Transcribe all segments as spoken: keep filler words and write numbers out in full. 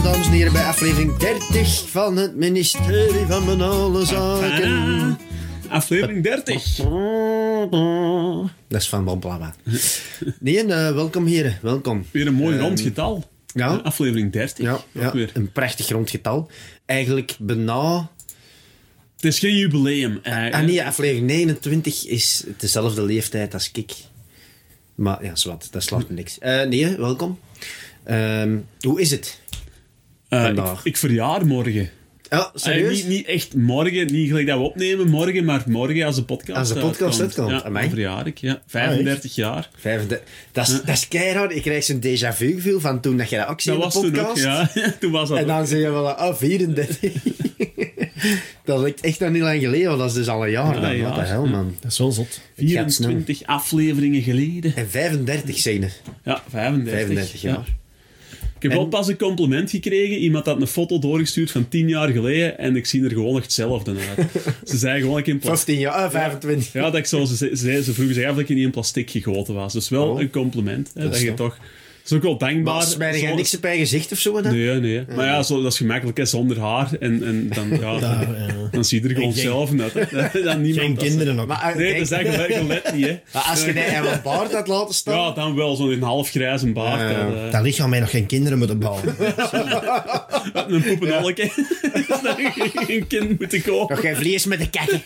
dames en heren, bij aflevering dertig van het ministerie van Banale Zaken. Aflevering dertig. Dat is van Bomplava. Nee, uh, welkom heren, welkom. Weer een mooi uh, rond getal. Ja. Uh, aflevering dertig. Ja, ja, weer. Een prachtig rond getal. Eigenlijk bijna... Het is geen jubileum. Uh, ah nee, aflevering negenentwintig is dezelfde leeftijd als ik. Maar ja, zwart, dat slaat me niks. Uh, nee, welkom. Um, hoe is het? Uh, ik, ik verjaar morgen. Ja, serieus? Uh, niet, niet echt morgen, niet gelijk dat we opnemen morgen, maar morgen als de podcast Als de podcast uitkomt. Ja, dan verjaar ik, ja. vijfendertig jaar. vijfendertig Dat is, ja. dat is keihard. Ik krijg zo'n déjà vu gevoel van toen dat je dat ook zei in de podcast. Toen ook, ja. toen was dat En dan ook. zeg je wel, oh, vierendertig Dat is echt nog niet lang geleden, want dat is dus al een jaar Ja, dan. een Wat de jaar. hel, man. Dat is wel zot. vierentwintig afleveringen geleden. En vijfendertig zijn er. Ja, vijfendertig. vijfendertig jaar. Ja. Ik heb En... wel pas een compliment gekregen. Iemand had een foto doorgestuurd van tien jaar geleden en ik zie er gewoon nog hetzelfde uit. Ze zei gewoon dat ik in plastic... vijftien jaar, uh, vijfentwintig Ja, dat ik zo, ze, ze, ze vroegen zich af dat ik niet in plastic gegoten was. Dus wel oh. een compliment. Hè, dat, dat is je toch... toch... Dat is ook wel dankbaar. Maar smijt jij zo... niks op je gezicht of zo? Dan? Nee, nee. Maar ja, zo, dat is gemakkelijk, hè, zonder haar. En, en dan, ja, Daar, uh... dan zie je er gewoon geen... zelf uit. Hè. Dan niemand Geen kinderen ook. Maar, uh, nee, denk... dat is eigenlijk wel let niet. Hè. Maar als je die aan een baard had laten staan... Ja, dan wel zo'n half grijze baard. Ja, ja. En, uh... Dat lichaam mij nog geen kinderen moeten bouwen. een poepenolke. Dat je geen kind moeten kopen. Nog geen vlees met de kakken.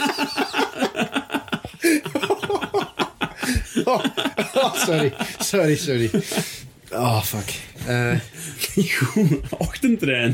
oh, oh, sorry. Sorry, sorry. Oh, fuck. Uh, Goed, ochtendtrein.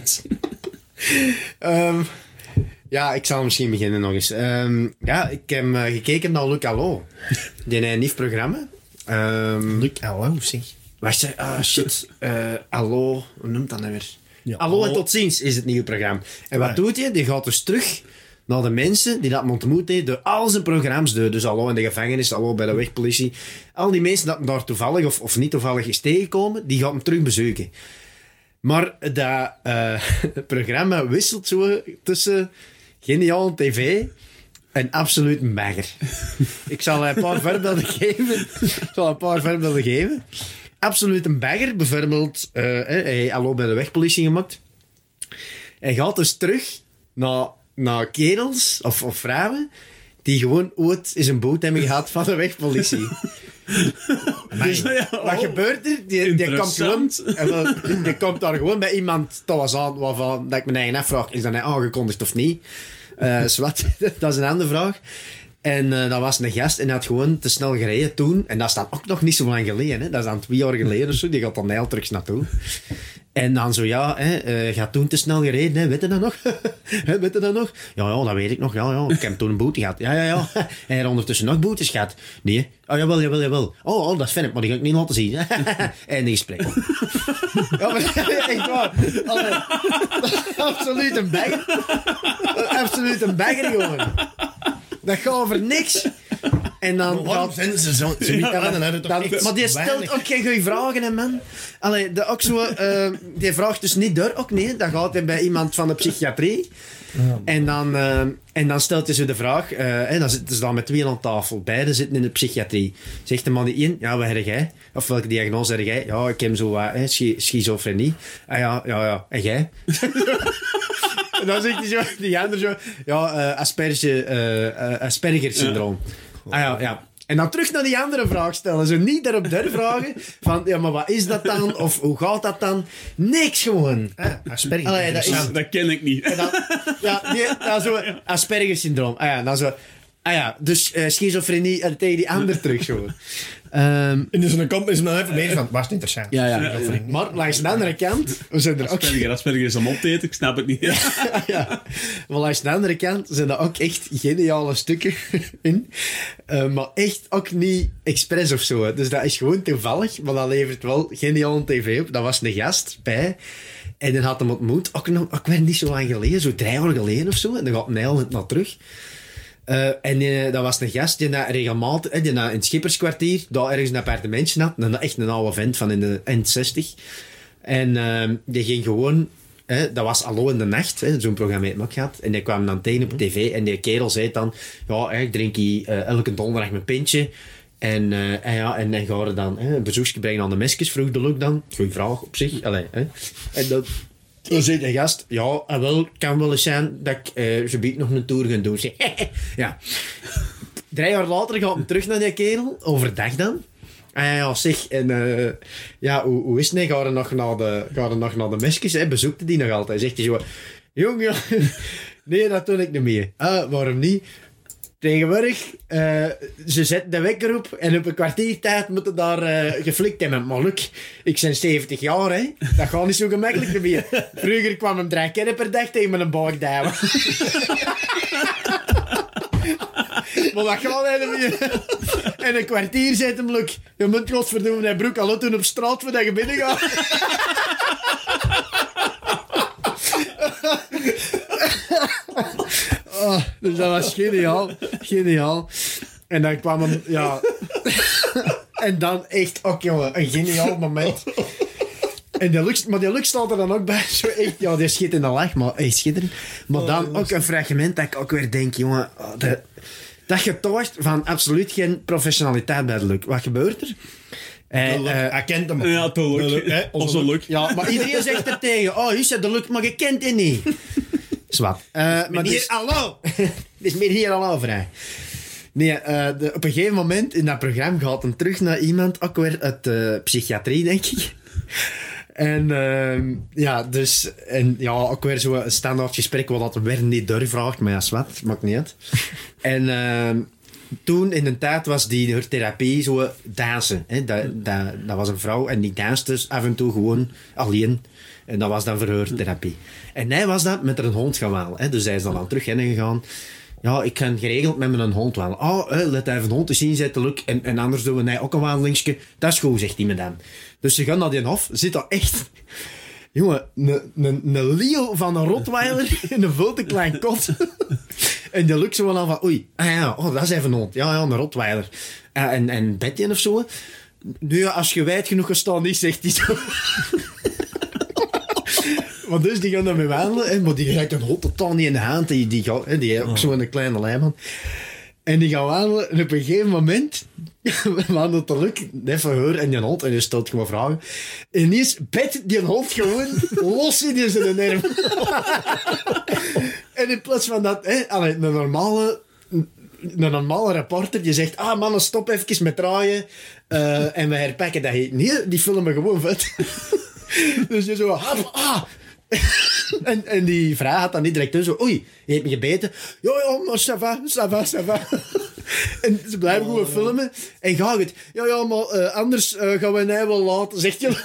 um, ja, ik zal misschien beginnen nog eens. Um, ja, ik heb uh, gekeken naar Luc Allo. Die heeft een nieuw programma. Um, Luc, hallo, zeg. Wacht, zeg. Ah, shit. Uh, Allo, hoe noemt dat nou weer? Ja, Allo en Allo. tot ziens is het nieuwe programma. En wat Ja. doet hij? Die gaat dus terug naar de mensen die dat ontmoet heeft door al zijn programma's. Dus Allo in de gevangenis, Allo bij de wegpolitie. Al die mensen dat hem daar toevallig of, of niet toevallig is tegengekomen, die gaat hem terug bezoeken. Maar dat uh, programma wisselt zo tussen geniaal tv en absoluut bagger. Ik zal een paar voorbeelden geven. Ik zal een paar voorbeelden geven. Absoluut een bagger. Bijvoorbeeld, uh, hij heeft Allo bij de wegpolitie gemaakt. Hij gaat dus terug naar... naar kerels of, of vrouwen die gewoon ooit eens een boot hebben gehad van de wegpolitie. Dus, Ja, oh. wat gebeurt er? Die, die, komt gewoon, en wel, die komt daar gewoon bij iemand dat was aan waarvan dat ik me eigen afvraag, is dat nou aangekondigd of niet? Uh, zwart, dat is een andere vraag. En uh, dat was een gast en hij had gewoon te snel gereden toen. En dat is dan ook nog niet zo lang geleden. Hè? Dat is dan twee jaar geleden of zo. Die gaat dan heel terug naartoe. En dan zo, ja, hè, uh, gaat toen te snel gereden, hè, weet je dat nog? Hè, weet je dat nog? Ja, ja, dat weet ik nog, ja, ja. Ik heb toen een boete gehad. Ja, ja, ja. En hij had ondertussen nog boetes gehad. Nee, oh, jawel, jawel, jawel. Oh, oh, dat is fijn, maar die ga ik niet laten zien. En die gesprek. Ja, maar echt waar. Allee, absoluut een bagger. Absoluut een bagger, jongen. Dat gaat over niks. En dan Waarom gaat... zijn ze zo... Ze Ja, dan, dan, dan, dan, maar die stelt weinig. ook geen goede vragen, hè, man. Allee, de, ook zo, uh, die vraagt dus niet door, ook nee. Dan gaat hij bij iemand van de psychiatrie. Ja. En, dan, uh, en dan stelt hij zo de vraag... Uh, hè, dan zitten ze dan met tweeën aan tafel. Beiden zitten in de psychiatrie. Zegt de man die in, ja, wat heb jij? Of welke diagnose heb jij? Ja, ik heb zo wat uh, schi- schizofrenie. Ah ja, ja, ja. En jij? En dan zegt hij zo, die ander zo... Ja, uh, Asperger, uh, uh, Asperger-syndroom. Ah ja, ja. En dan terug naar die andere vraag stellen. Zo niet daarop der vragen. Van, ja, maar wat is dat dan? Of hoe gaat dat dan? Niks gewoon. Ah, Asperger. Allee, dat is- Ja, dat ken ik niet. En dan, ja, die, dan zo Asperger-syndroom. Ah ja, dan zo... Ah ja, dus uh, schizofrenie en tegen die ander terug zo. Um, En dus een kamp is dan even bezig van, was het interessant. ja, ja. Maar langs de andere kant... We zijn er ook... Asperger, Asperger is om op te eten, ik snap het niet. Ja, maar langs de andere kant zijn er ook echt geniale stukken in. Uh, maar echt ook niet expres of zo. Hè. Dus dat is gewoon toevallig, maar dat levert wel geniaal tv op. Dat was een gast bij. En dan had hem ontmoet, ook, nog, ook weer niet zo lang geleden, zo drie jaar geleden of zo. En dan gaat Nijl naar terug. Uh, en uh, dat was een gast die na regelmatig, uh, die na in het Schipperskwartier, daar ergens een appartementje had. Een, echt een oude vent van in de eind zestig. En uh, die ging gewoon... Eh, dat was Allo in de Nacht, eh, zo'n programma heeft me ook gehad. En die kwam dan tegen op tv en die kerel zei dan... Ja, eh, ik drink hier uh, elke donderdag mijn pintje. En, uh, en, ja, en dan gaan we dan eh, een bezoekje brengen aan de mesjes, vroeg de Luc dan. Goeie vraag op zich. Allee, eh. En dat... Dan zegt de gast, ja, ah, wel, kan wel eens zijn dat ik uh, ze biedt nog een tour ga doen. Zeg, ja. Drie jaar later gaat hij terug naar die kerel, overdag dan. Ah ja, ja, zeg, en uh, ja, hoe, hoe is het? Nee, ga er nog naar de, ga er nog naar de mesjes, hè? Bezoekte die nog altijd. Zegt hij zo, jong, ja, nee, dat doe ik niet meer. Ah, waarom niet? Tegenwoordig, uh, ze zetten de wekker op en op een kwartiertijd moeten daar uh, geflikt hebben. Maar Luc, ik ben zeventig jaar, hè. Dat gaat niet zo gemakkelijk meer. Vroeger kwam hem drie keer per dag tegen mijn buikduimen. Maar dat gaat helemaal niet. En een kwartier zet hem, Luc. Je moet godverdomme die broek al doen op straat voordat je binnen gaat. Oh, dus dat was geniaal. Geniaal. En dan kwam hem, ja... En dan echt, ook jongen, een geniaal moment. En die Lux, maar die Lux staat er dan ook bij. Zo echt, ja, die schiet in de lach, maar echt schitterend. Maar oh, dan ook een fragment dat ik ook weer denk, jongen... Oh, de, dat getuigt van absoluut geen professionaliteit bij de Lux. Wat gebeurt er? Uh, uh, hij kent hem. Ja, de Lux. Hè? Onze Lux. Ja, maar iedereen zegt er tegen. Oh, is dat de Lux, maar je kent die niet. Zwat. Uh, maar hier, dus, hallo! Het is meer hier al vrij. Nee, uh, de, op een gegeven moment in dat programma gaat hem terug naar iemand, ook weer uit de psychiatrie, denk ik. En uh, ja, dus... En ja, ook weer zo'n standaard gesprek wat dat weer niet doorvraagt, maar ja, zwart, maakt niet uit. En uh, toen, in een tijd, was die haar therapie zo dansen. Hè? Dat, dat, dat was een vrouw en die danste dus af en toe gewoon alleen. En dat was dan voor haar therapie. En hij was dat met een hond gaan wandelen. Hè? Dus hij is dan aan terug heen gegaan. Ja, ik ga geregeld met mijn hond wandelen. Oh, hè, let even een hond eens zien zetten, Luc. En, en anders doen we nee, ook een wandelingsje. Dat is goed, zegt hij me dan. Dus ze gaan naar die hof. Zit daar echt... Jongen, een Leo van een Rottweiler in een veel te klein kot. En die Luc zo wel aan van... Oei, ah ja, oh, dat is even een hond. Ja, ja, een Rottweiler. Uh, en, en bedje of zo. Nu ja, als je wijd genoeg gestaan is, zegt hij zo... Maar dus die gaan daarmee wandelen, hè, maar die rijdt een hond totaal niet in de hand. Die, die, gaat, hè, die heeft ook zo'n kleine lijm aan. En die gaan wandelen en op een gegeven moment wandelt de Luc even hoor en die hond en je stelt gewoon vragen. En ineens bed die hond gewoon los in zijn nerf. En in plaats van dat, hè, allee, een normale... Een normale reporter, die zegt, ah mannen, stop even met draaien uh, en we herpakken dat heet. Nee, die filmen gewoon vet. Dus je zo, ah, ah. en, en die vraag had dan niet direct zo, oei, je hebt me gebeten. Ja, ja, maar ça va, ça va, ça va. En ze blijven gewoon filmen. En ga het, ja, ja, maar uh, anders uh, gaan we mij wel laten, zegt je.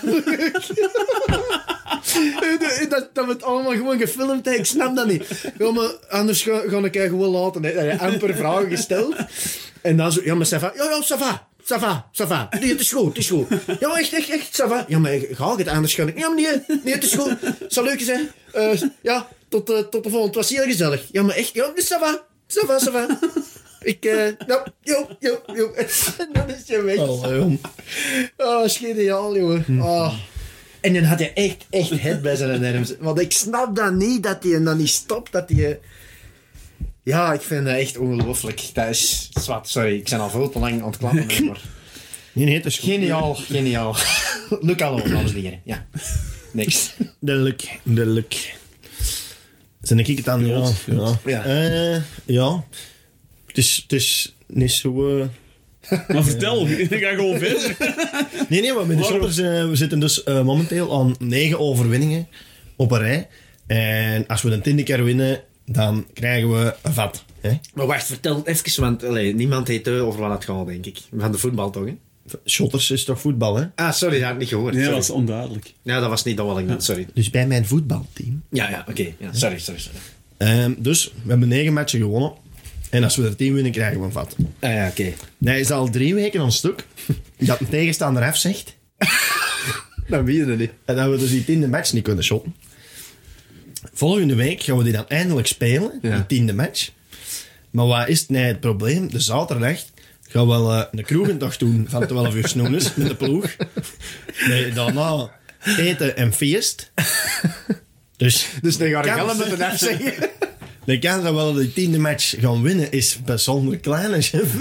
dat, dat we het allemaal gewoon gefilmd hebben, ik snap dat niet. Ja, maar anders ga, ga ik je gewoon laten. Hij heeft amper vragen gesteld. En dan zo, ja, maar ça va, ja, ja, ça va. Ça va, ça va. Nee, het is goed, het is goed. Ja, maar echt, echt, echt, ça va. Ja, maar ga ik het anders gaan? Ja, maar nee, nee, het is goed. Het zal leuk zijn. Uh, ja, tot, uh, tot de volgende. Het was heel gezellig. Ja, maar echt, ja, ça va, ça va, ça va. Ik, eh, uh, ja, jo, jo, jo. En dan is je weg. Oh, jong. Oh, geniaal, jongen. Oh. En dan had hij echt, echt het bij zijn nerms. Want ik snap dat niet, dat hij dan niet stopt, dat hij... Ja, ik vind dat echt ongelooflijk. Dat is zwart, sorry. Ik ben al veel te lang aan het klappen. Maar... Nee, nee, het is goed. Geniaal, geniaal. Luc hallo, dames en heren. Ja, niks. De Luc, de Luc. Zijn ik het dan? Ja. Ja. Ja. Uh, ja. Het is, het is niet zo... Uh... Maar vertel, ik ga gewoon verder. Nee, nee, maar met de Shoppers, uh, we zitten dus uh, momenteel aan negen overwinningen op een rij. En als we de tiende keer winnen, dan krijgen we een vat. Hè? Maar wacht, vertel het even, want allee, niemand weet over wat het gaat, denk ik. Van de voetbal toch, hè? Shotters is toch voetbal, hè? Ah, sorry, dat had ik niet gehoord. Nee, sorry. dat is onduidelijk. Ja, dat was niet dat wat ik net, sorry. Dus bij mijn voetbalteam. Ja, ja, oké. Okay. Ja, sorry, sorry, sorry. Um, dus, we hebben negen matchen gewonnen. En als we er tien winnen, krijgen we een vat. Ah ja, oké. Okay. Hij is al drie weken aan een stuk dat een tegenstander afzegt. Dan weet je dat niet. En dat we dus die tiende match niet kunnen shotten. Volgende week gaan we die dan eindelijk spelen, ja. Die tiende match. Maar wat is het, nee, het probleem? De zaterdag gaan we wel uh, een kroegentocht doen van twaalf uur 's ochtends met de ploeg. Nee, daarna eten en feest. Dus, dus dan ga ik helemaal met een afzeggen. De kans dat we wel de tiende match gaan winnen is bijzonder klein, chef.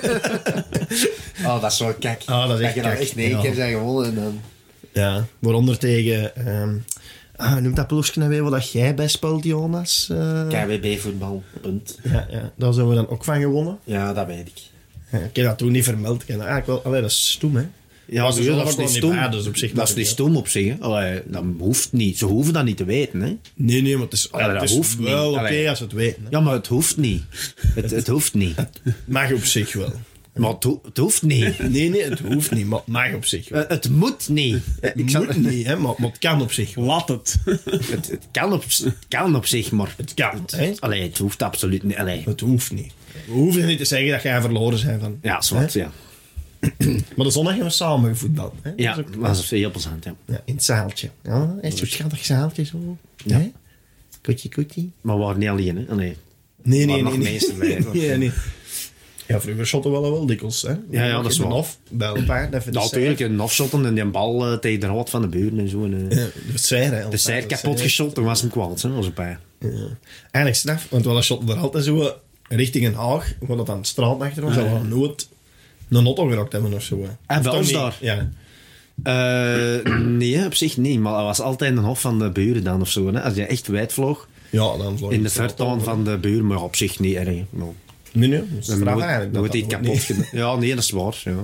Oh, dat is wel kijk. Oh, dat is echt dat je dan echt negen ja. keer zijn gewonnen en dan... Ja, waaronder tegen um, Ah, noem dat ploegje nou weer wat dat jij bij speelt, Jonas? Uh... K W B voetbal, punt. Ja, ja, daar zijn we dan ook van gewonnen. Ja, dat weet ik. Ja, ik heb dat toen niet vermeld. Ik heb dat eigenlijk wel... Allee, dat is stoem, hè? Ja, Maar dat, ze dat zullen is ook niet wel stom. niet bij, dus op zich dat is maakt niet het stom op zich. Hè. Allee, dat hoeft niet. Ze hoeven dat niet te weten. Hè. Nee, nee, maar het is, allee, Ja, dat het is hoeft niet. wel oké Allee. als ze het weten. Hè. Ja, maar het hoeft niet. Het, het hoeft niet. Mag op zich wel. Maar het, ho- het hoeft niet. Nee, nee, het hoeft niet, maar het mag op zich wel. Eh, het moet niet. Eh, Het zal- moet niet, hè, maar, maar het kan op zich wel. Laat het. Het, het, kan op, het kan op zich, maar... Het kan, hè. Allee, het hoeft absoluut niet. Allee. Het hoeft niet. We hoeven niet te zeggen dat jij verloren bent van... Ja, zwart, ja. Maar de zondag hebben we samen gevoetbald. Hè? Ja, Dat is ook- dat is heel plezant, ja. ja, in het zaaltje. Ja, echt zo'n schattig zaaltje zo. Ja. Hè? Koetje, koetje. Maar we waren niet alleen, hè. Allee. Nee, Maar nee, nog nee. nee. meester bij, hoor. nee, nee. Ja, vroeger shotten we wel dikwijls, hè. Ja, ja, dat is In de waar. hof, bij elkaar. Even de Natuurlijk, een afschotten en die bal uh, tegen de hout van de buren en zo. En, uh, serre. Ja, de serre, hè. de serre kapot geschot, toen was hem kwaad, hè, onze pa. Ja. Eigenlijk straf, want we shotten er altijd zo richting een haag, waar dat aan de straat achter was, Ah, dat ja. we nooit een auto geraakt hebben of zo. Hè. En Of bij toch ons niet? daar? Ja. Uh, nee, op zich niet, maar dat was altijd een hof van de buren dan of zo. Hè. Als je echt wijd vloog, Ja, dan vloog in je de straat vertuin over. van de buren, maar op zich niet erg. Nou, Nee, nee, dat is dan straf moet- eigenlijk. dan dat wordt dat iets nooit kapot niet- gedaan. Ja, nee, dat is waar. Ja.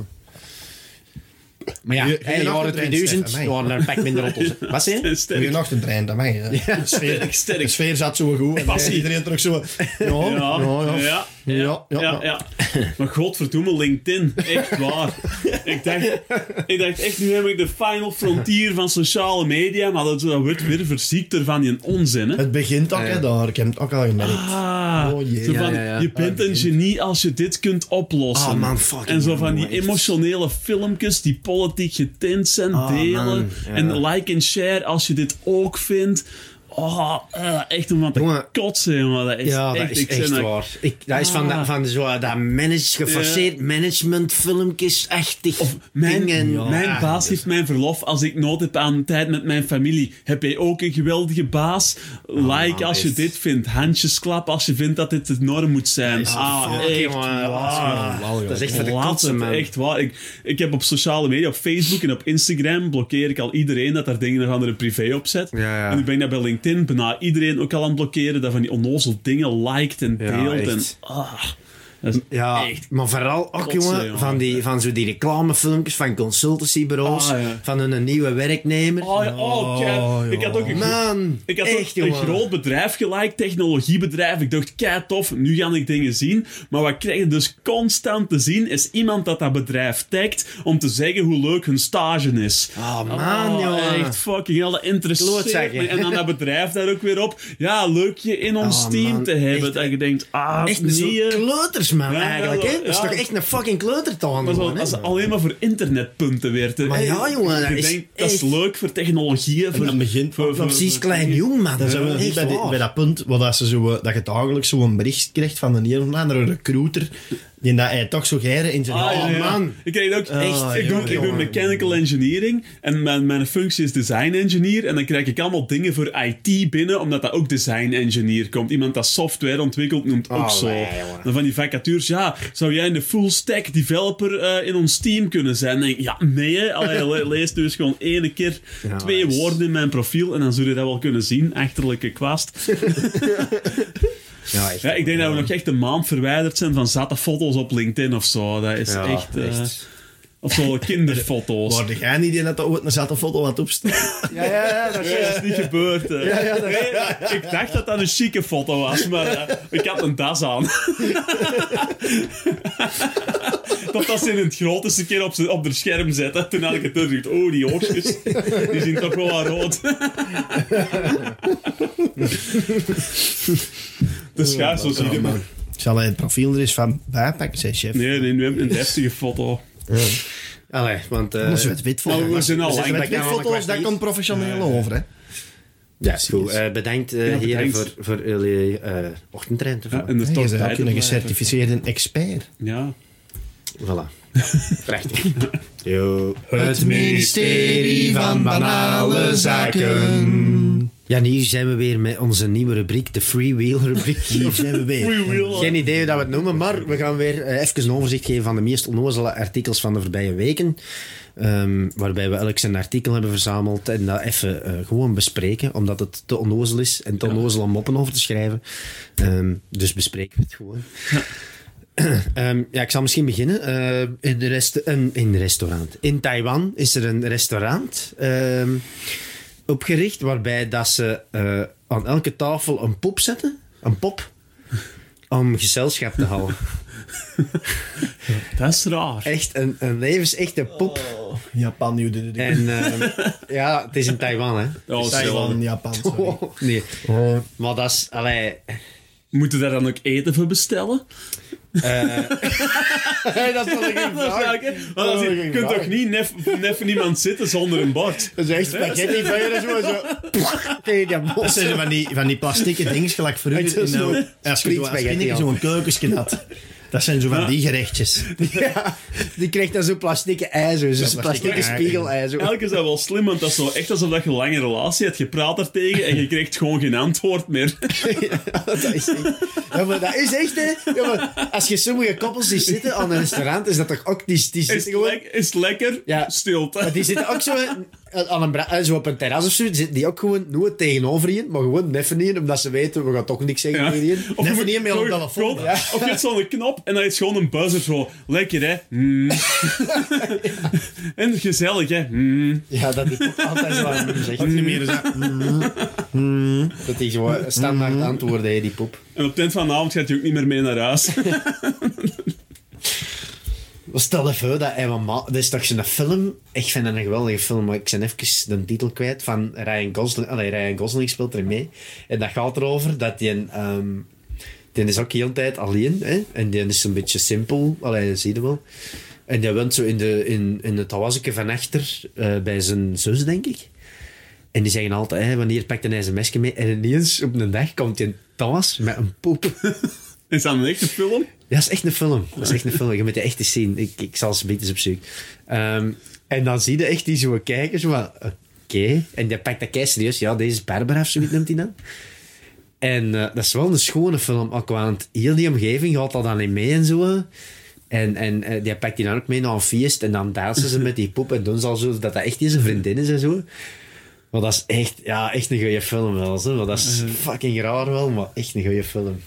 Maar ja, Je- je hey, nog jaren een trein, tweeduizend Stefan, waren er een pak minder auto's. hè. Wat zei je? Goeie nacht een trein, dat mag. hè. De, sfeer, sterk. de sfeer zat zo goed. En Passie. iedereen terug zo... Ja, ja, ja. ja, Ja, ja, ja, ja. Maar godverdomme, LinkedIn. Echt waar. ik, dacht, ik dacht echt, nu heb ik de final frontier van sociale media, maar dat, dat wordt weer verziekter van die onzin, hè. Het begint ook, hè, daar. Ik heb het ook al gemerkt. Ah, Oh, jee. zo van, Ja, ja, ja. je bent een genie als je dit kunt oplossen. Ah, man, fucking en zo man, van die jongen, echt. emotionele filmpjes die politiek getint zijn, Ah, delen. man, ja. En like en share als je dit ook vindt. Oh, eh, echt om van te Jongen. kotsen, jongen. Dat is Ja, echt, dat is ik ben echt er- waar. Ik, dat is van, Ah. dat, van zo, dat manage, geforceerd management filmpjes, echt die Mijn, dingen. Ja, mijn baas dus- heeft mijn verlof als ik nood heb aan tijd met mijn familie. Heb jij ook een geweldige baas? Like man, als je echt. dit vindt. Handjesklap als je vindt dat dit de norm moet zijn. Ah, Fuck, echt jongen. waar. Wauw, joh. Dat is echt voor de Laat kotsen, het, man. echt waar. Ik, ik heb op sociale media, op Facebook en op Instagram, blokkeer ik al iedereen dat daar dingen of andere privé op zet. Ja, ja. En nu ben ik dat bij LinkedIn bijna iedereen ook al aan het blokkeren, dat van die onnozel dingen liked en Ja, deelt. echt. en, ah, dat is Ja, echt... maar vooral ook, Kotsen, jongen, jongen. van, die, van zo die reclamefilmpjes van consultancybureaus, Ah, ja. van een nieuwe werknemer. Oh, ja, oh, kijk. Oh, Ik had ook een Man, Ik had echt, ook een jongen. groot bedrijf geliked, technologiebedrijf. Ik dacht, kei tof, nu ga ik dingen zien. Maar wat krijg je dus constant te zien, is iemand dat dat bedrijf tagt om te zeggen hoe leuk hun stage is. Oh, man, Oh, jongen. echt fucking hell, dat interesseert Klootzakken. me. En dan dat bedrijf daar ook weer op. Ja, leuk je in ons Oh, team man, te hebben. echt- dat je denkt, ah, Echt een nee. soort hè. kleuters, man, Ja, eigenlijk. ja, hè? Dat is ja. toch echt een fucking kleutertaal, Maar zo, gewoon, hè? als alleen maar voor internetpunten weer te... Maar ja, jongen, dat je is denkt, dat is echt- leuk voor technologieën. Voor, dan begint- voor, voor, Precies, voor- klein jong, man. Dan zijn we nog niet Echt bij, die- waar. bij dat punt waar dat, ze zo, eh, dat je dagelijks zo'n bericht krijgt van een een of andere recruiter die dat hij toch zo geire in zijn... Ah, Oh, ja, ja. man. Ik krijg ook Ah, echt. ik, doe, jongen, ik doe jongen. mechanical engineering en mijn, mijn functie is design engineer. En dan krijg ik allemaal dingen voor I T binnen, omdat dat ook design engineer komt. Iemand dat software ontwikkelt noemt ook Oh, zo. nee, jongen. Dan van die vacatures, ja, zou jij een full stack developer eh, in ons team kunnen zijn? Dan denk ik, ja, nee, hè. Allee, le- lees dus gewoon ene keer Ja, twee nice. woorden in mijn profiel en dan zul je dat wel kunnen zien. Achterlijke kwast. Ja, echt. Ja, ik denk dat we nog echt een maand verwijderd zijn van zatte foto's op LinkedIn of zo. Dat is Ja, echt... eh, echt. Of zo kinderfoto's. Waar jij niet in dat er ooit een zatte foto aan het opstaan? Ja, ja, ja, dat is Nee, dat is niet gebeurd. hè. Nee, ik dacht dat dat een chique foto was, maar eh, ik had een das aan. Totdat ze in het grootste keer op, z'n- op haar scherm zetten. Toen had ik het doorgedacht. Oh, die oogjes. Die zien toch wel wat rood. Dus ga zo zien. man. Zal hij het profiel er eens van bijpakken, zei chef? Nee, nee, nu heb ik een deftige foto. Allee, want... eh, Dat is het wit Maar foto. we zijn al we lang... zitten Met bij- wit foto's, dat komt professioneel over, hè? ja, is goed. Eh, bedankt, eh, Ja, heren, bedankt. voor, voor jullie uh, ochtendtrein. Ja, en er Je toch bent bij ook te een blijven. gecertificeerde expert. Ja. Voilà. Prachtig. Yo. Het ministerie van Banale Zaken. Ja, en hier zijn we weer met onze nieuwe rubriek, de Freewheel rubriek. Hier zijn we weer. Freewheel. Geen idee hoe dat we het noemen, maar we gaan weer eh, even een overzicht geven van de meest onnozele artikels van de voorbije weken. Um, waarbij we elk zijn artikel hebben verzameld en dat even uh, gewoon bespreken, omdat het te onnozel is en te onnozel om moppen over te schrijven. Um, dus bespreken we het gewoon. Ja. um, ja, ik zal misschien beginnen. Uh, in, de rest, uh, in de restaurant. In Taiwan is er een restaurant um, opgericht waarbij dat ze uh, aan elke tafel een pop zetten. Een pop. Om gezelschap te houden. Dat is raar. Echt een, een levensechte pop. Oh, Japan, New Delhi. En uh, ja, het is in Taiwan, hè. Oh, Taiwan, Japan, sorry. Oh, nee. Oh. Maar dat is... Allee... Moeten we daar dan ook eten voor bestellen? Uh, dat is wel een Dat is leuk, hè? Want als je, je kunt toch niet nef, nef niemand zitten zonder een bord? Dat is echt spaghetti van je zo, zo tegen die Dat mos. zijn van die, van die plastieke dingen, gelijk vroeger. Echt zo in, nou, zo'n als je zo- als spaghetti je al. zo'n keukensje had. Dat zijn zo van die gerechtjes. Ja, die krijgt dan zo'n plastieke ijzer, zo'n Ja, plastieke plastieke spiegelijzer. Eigenlijk is dat wel slim, want dat is zo echt alsof dat je een lange relatie hebt. Je praat er tegen en je krijgt gewoon geen antwoord meer. Ja, dat is echt... Ja, maar dat is echt, hè. Ja, maar als je sommige koppels die zitten aan een restaurant, is dat toch ook... Die, die Is zitten het, gewoon... lek- is het lekker? Ja. Stilte. Maar die zitten ook zo, eh, aan een bra- eh, zo op een terras of zo, zitten die ook gewoon nooit tegenover je, maar gewoon neffen niet, omdat ze weten, we gaan toch niks zeggen Ja. tegen je. Of Never je niet meer op gewoon- telefoon. gewoon- Ja. Of je hebt zo'n knop en dan is gewoon een buzzer zo. Lekker, hè? Mm. En gezellig, hè? Mm. Ja, dat die ook altijd zo aan hem zegt. Ook niet meer zo. Dat die gewoon standaard antwoorden, hè, die pop. En op het eind van de avond gaat je ook niet meer mee naar huis. Stel je voor dat hij ma- dat is toch zo'n film, ik vind dat een geweldige film, maar ik ben even de titel kwijt, van Ryan Gosling. Allee, Ryan Gosling speelt er mee. En dat gaat erover dat die een... Um, die is ook heel de tijd alleen, hè? En die is een beetje simpel, allee, dat zie je wel. En die woont zo in, de, in, in het hawaseke van achter, uh, bij zijn zus, denk ik. En die zeggen altijd, hè, wanneer pakt hij zijn mesje mee? En ineens op een dag komt hij thuis met een poep. Is dat een echte film? Ja, dat is echt een film. Dat is echt een film. Je moet die echt eens zien. Ik, ik zal ze beetje op zoek. Um, en dan zie je echt die zo kijken, zo van, oké. Okay. En die pakt dat kei serieus. Ja, deze is Barbara of zoiets noemt hij dan. En uh, dat is wel een schone film. Ook want heel die omgeving gaat dat dan in mee en zo. En, en uh, die pakt die dan ook mee naar een feest. En dan dansen ze met die poep en doen ze al zo dat dat echt zijn vriendin is en zo. Maar dat is echt, ja, echt een goede film wel. Zo. Maar dat is fucking raar wel, maar echt een goede film.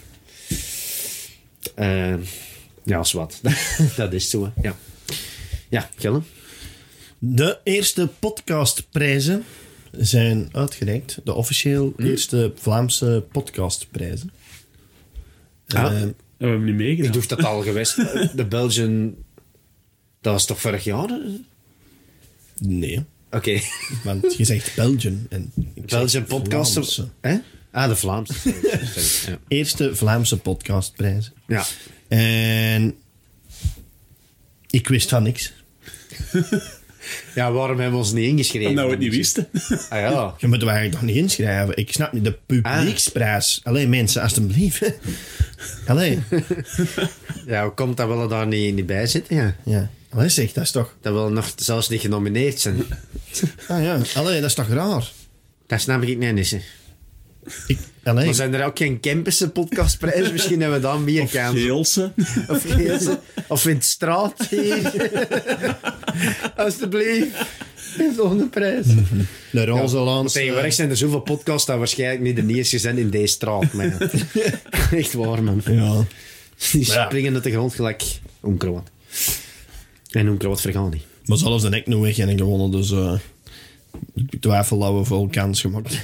Uh, ja, is wat. Dat is zo, hè. Ja. Ja, Gelle? De eerste podcastprijzen zijn uitgereikt. De officieel Hm? eerste Vlaamse podcastprijzen. Ah. Eh, Dat hebben we niet meegedaan. Ik dacht dat al geweest. De Belgian... Dat was toch vorig jaar? Oké. nee, Okay. want je zegt Belgian. En ik zeg Belgian podcast... Vlaamse. Hè? Ah, de Vlaamse. ja. Eerste Vlaamse podcastprijzen. Ja. En ik wist van niks. Ja, waarom hebben we ons niet ingeschreven? Omdat we het niet wisten. Ah ja. Je moet er eigenlijk nog niet inschrijven. Ik snap niet. De publieksprijs. Allee, mensen, alstublieft. Allee. Ja, hoe komt dat we daar niet, niet bij zitten? Ja. Ja. Allee, zeg, dat is toch... Dat we nog zelfs niet genomineerd zijn. Ah ja. Allee, dat is toch raar? Dat snap ik niet eens. hè. Ik, allee. Maar zijn er ook geen Kempische podcastprijzen? Misschien hebben we dan meer Of kans. Geelse. Of Geelse. Of in de straat hier. Alsjeblieft. Volgende prijs. De roze Ja, lans. tegenwoordig zijn er zoveel podcasts dat waarschijnlijk niet de eerste zijn in deze straat. Man. Echt waar, man. Ja. Die Maar ja. springen uit de grond gelijk onkruid. En onkruid vergaan niet. Maar zelfs de nek nu weg en gewonnen, dus... uh, ik twijfel dat we vol kans gemaakt.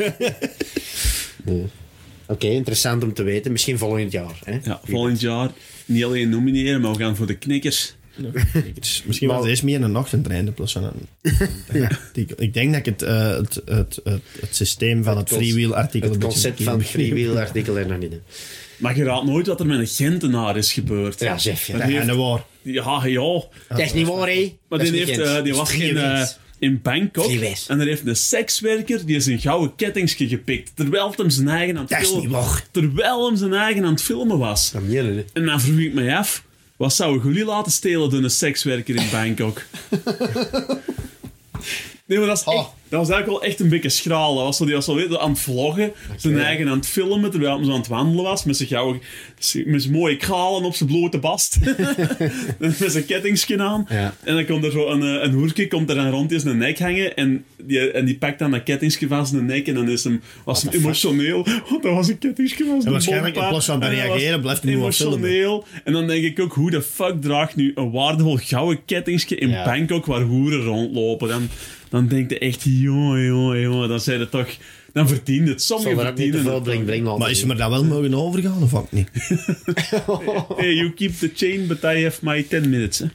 Nee. Oké, okay, interessant om te weten. Misschien volgend jaar. Hè? Ja, volgend jaar niet alleen nomineren, maar we gaan voor de knikkers. Misschien was deze meer een ochtendtrein in plaats van een... Ja. Ik, ik denk dat ik het, uh, het, het, het, het systeem van het, Het freewheel-artikel... Het een beetje concept van het freewheel-artikel er nog niet in. Maar je raadt nooit wat er met een Gentenaar is gebeurd. Ja, chef. Ja. Maar Dat die is heeft- niet waar. Ja, ja. Dat is niet waar, hè? Maar Dat die, is niet heeft, Gent. eh, die Dat was is in, eh, driewijs. in Bangkok. Driewijs. En er heeft een sekswerker die is een gouden kettingsje gepikt. Terwijl hem zijn eigen aan het Dat is filmen niet waar. Terwijl hem zijn eigen aan het filmen was. Dat meen je niet. En dan vroeg ik me af, wat zou jullie laten stelen door een sekswerker in Bangkok? Nee, maar dat, is Oh. echt, dat was eigenlijk wel echt een beetje schraal. Dat was zo, die was zo weet, je, aan het vloggen, okay. zijn eigen aan het filmen, terwijl hij zo aan het wandelen was, met zijn, gouden, met zijn mooie kralen op zijn blote bast. Met zijn kettingsje aan. Ja. En dan komt er zo een, een hoertje, komt er dan rond in zijn nek hangen, en die, en die pakt dan dat kettingsje van zijn nek, en dan is hem, was hem emotioneel. Want dat was een kettingsje van zijn En waarschijnlijk bompa. in plaats van te En hij was reageren, blijft hij nu wel filmen. emotioneel. En dan denk ik ook, hoe de fuck draagt nu een waardevol gouden kettingsje in Ja. Bangkok waar hoeren rondlopen? Dan, dan denk je echt, jongen, jongen, jongen, dan zijn het toch... Dan verdient het. Zal Sommigen er ook niet te verdienen veel het. bling bling laten Maar is zien. er maar dat wel mogen overgaan of ook niet? Hey, you keep the chain, but I have my ten minutes. Hè.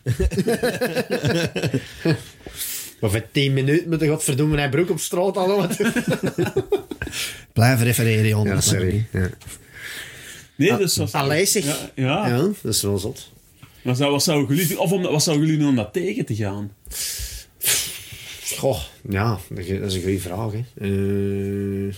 Maar voor tien minuten met de godverdomme mijn broek op straat al wat. Blijf refereren, Jan. Ja, dat snap ik sorry. niet. Ja. Nee, dus... Was, Allee, zeg. ja, ja. Ja, dat is wel zot. Maar zou, wat zouden jullie doen? Of om, wat zouden jullie doen om dat tegen te gaan? Goh, ja, dat is een goede vraag. Hè. Uh,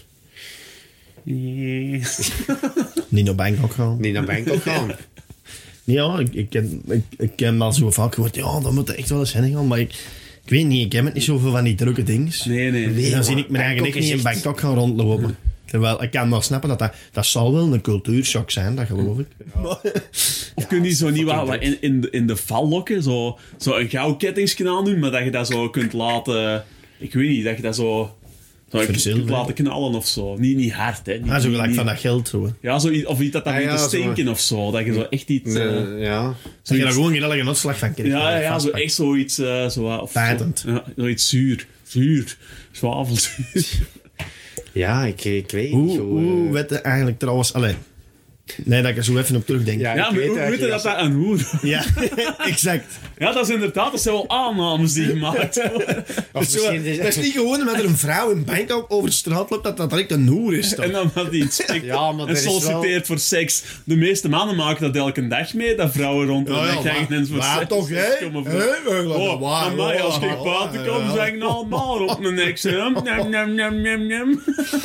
Nee. Niet naar Bangkok gaan. niet naar Bangkok gaan. Ja, ik, ik, ken, ik, ik ken wel zo vaak gehoord, ja, dat moet echt wel eens heen gaan. Maar ik, ik weet niet, ik heb het niet zoveel van die drukke dingen. Nee, nee. Nee. En dan zie maar ik mijn eigen Bangkok echt niet is in echt- Bangkok gaan rondlopen. Terwijl, ik kan wel snappen dat dat... Dat zal wel een cultuurshock zijn, dat geloof ik. Of kun je zo niet wat, wat in, in, de, in de val lokken? Zo, zo een gouden kettingsje aandoen, maar dat je dat zo kunt laten... Ik weet niet, dat je dat zo... Zo kunt Verzilveren. laten knallen of zo. Niet, niet hard, hè. Niet, Ah, zo niet- gelijk niet- van dat geld, zo. hè. Ja, zo, of iets dat dan Ah, niet ja, te zo. stinken of zo. Dat je zo echt iets... Nee, eh, ja. Dat je zoiets- daar gewoon geen elke notslag van krijgt. Ja, ja, ja, zo Vastpakt. echt zoiets... Uh, zo, wat- of zo, Bijtend. ja, zoiets zuur. Zuur. Zwavelzuur. Ja, ik, ik weet Hoe, niet zo... hoe eh, werd er eigenlijk trouwens... Allee, nee, dat ik er zo even op terugdenk. Ja, Ja, Ja, ik maar weet hoe dat weet je je dat dat dat een hoer... exact. Ja, dat is inderdaad... Dat zijn wel aannames die gemaakt worden. Of Zo, misschien is- dat is niet gewoon omdat er een vrouw in Bangkok over de straat loopt, dat dat direct een hoer is. Toch? En dan had hij iets Ja, maar en er is solliciteert wel- voor seks. De meeste mannen maken dat elke dag mee, dat vrouwen rond de Ja, ja, nek hangen en voor maar seks. toch, hè? Komen Hè? voor- Oh, Waar, aan mij, als waar, ik buiten waar, kom, ja. zeg ik nou allemaal op mijn nek. Zo, nem, nem, nem, nem, nem.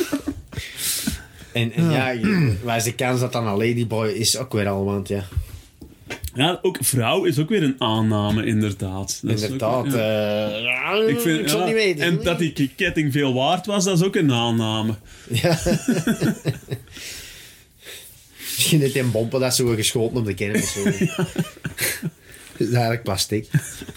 En, en ja, je- waar is de kans dat dan een ladyboy is ook weer al, want ja. Ja, ook vrouw is ook weer een aanname, inderdaad. Dat is ook- Inderdaad. ja. eh, ja, Ik, vind, ik zal ja, het niet weten. En dat die ketting veel waard was, dat is ook een aanname. Ja. Misschien heeft een bompen dat zo geschoten op de kern of zo. Dat is eigenlijk plastic.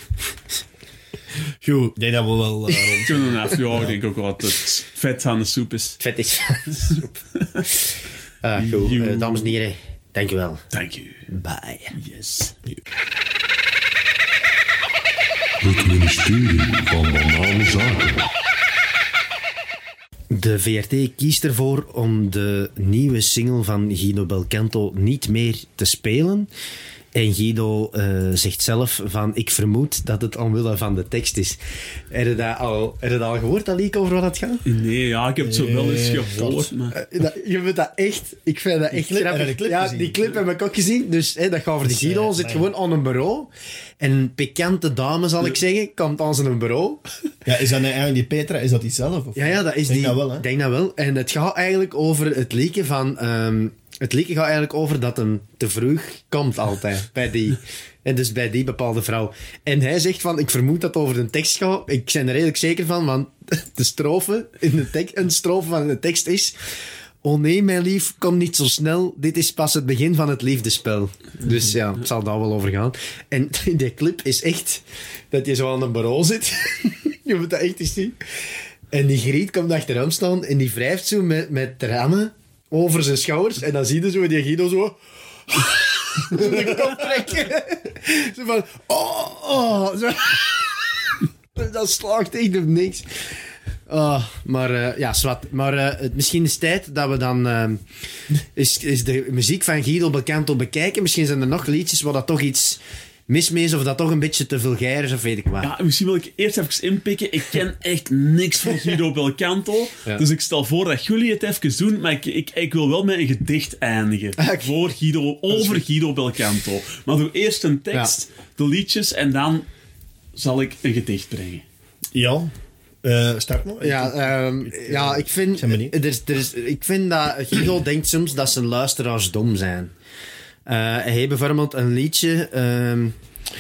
Goed, ik denk dat we wel eh, rond. Kunnen we even, ja, ik denk ook wel dat het vet aan de soep is. Vet is. Soep. Ah, goed, You- eh, dames en heren. Dank u wel. Thank you. Bye. Yes. Het ministerie van Banale Zaken. De V R T kiest ervoor om de nieuwe single van Guido Belcanto niet meer te spelen. En Guido uh, zegt zelf van, ik vermoed dat het omwille van de tekst is. Heb je dat al, heb je dat al gehoord, dat leak over wat het gaat? Nee, ja, ik heb het zo wel eens Nee, gehoord, maar... Uh, dat, je moet dat echt... Ik vind dat echt clip- grappig. heb je de clip ja, gezien? die clip heb ik ook gezien. Dus hè, dat gaat over de Dus, Guido. eh, Zit maar- gewoon aan een bureau. En een pikante dame, zal ik zeggen, komt aan zijn bureau. Ja, is dat nou eigenlijk die Petra, is dat die zelf? Of? Ja, ja, dat is Denk die... dat wel, hè? Ik denk dat wel. En het gaat eigenlijk over het lieken van... ehm, het lieken gaat eigenlijk over dat hem te vroeg komt altijd. bij die... En dus bij die bepaalde vrouw. En hij zegt van, ik vermoed dat het over de tekst gaat. Ik ben er redelijk zeker van, want de strofe in de tekst, een strofe van de tekst is... Oh nee, mijn lief, kom niet zo snel. Dit is pas het begin van het liefdespel. Dus ja, het zal daar wel over gaan. En die clip is echt dat je zo aan een bureau zit. Je moet dat echt eens zien. En die griet komt achter hem staan en die wrijft zo met, met tranen over zijn schouders. En dan zie je zo die Guido zo... de kop trekken. Zo van... Oh, oh. Zo. Dat slaagt echt op niks. Oh, maar uh, ja, zwart. Maar uh, het, misschien is het tijd dat we dan uh, is, is de muziek van Guido Belcanto bekijken. Misschien zijn er nog liedjes waar dat toch iets mis mee is of dat toch een beetje te vulgair is of weet ik wat. Ja, misschien wil ik eerst even inpikken. Ik ken echt niks van Guido Belcanto. Ja. Dus ik stel voor dat jullie het even doen. Maar ik, ik, ik wil wel met een gedicht eindigen. Okay. Voor Guido, over Guido Belcanto. Maar doe eerst een tekst, ja. de liedjes en dan zal ik een gedicht brengen. Ja. Uh, start maar. Ja, um, ja, ik vind... Zijn we niet? Er is, er is, ik vind dat Guido denkt soms dat zijn luisteraars dom zijn. Uh, hij heeft bijvoorbeeld een liedje... Um,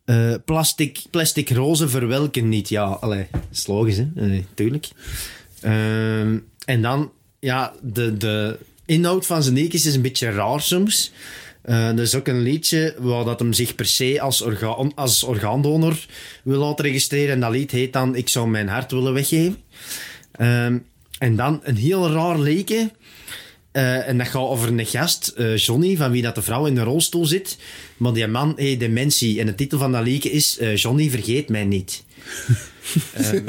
Uh, plastic, plastic rozen verwelken niet. Ja, allee, dat is logisch, hè? Nee, tuurlijk. Uh, en dan, ja, de, de inhoud van zijn liedjes is een beetje raar soms. Uh, er is ook een liedje waar dat hem zich per se als, orga- als orgaandonor wil laten registreren. En dat lied heet dan Ik zou mijn hart willen weggeven. Uh, en dan een heel raar liedje. Uh, en dat gaat over een gast, uh, Johnny, van wie dat de vrouw in de rolstoel zit. Maar die man heeft dementie. En de titel van dat liedje is uh, Johnny, vergeet mij niet. um,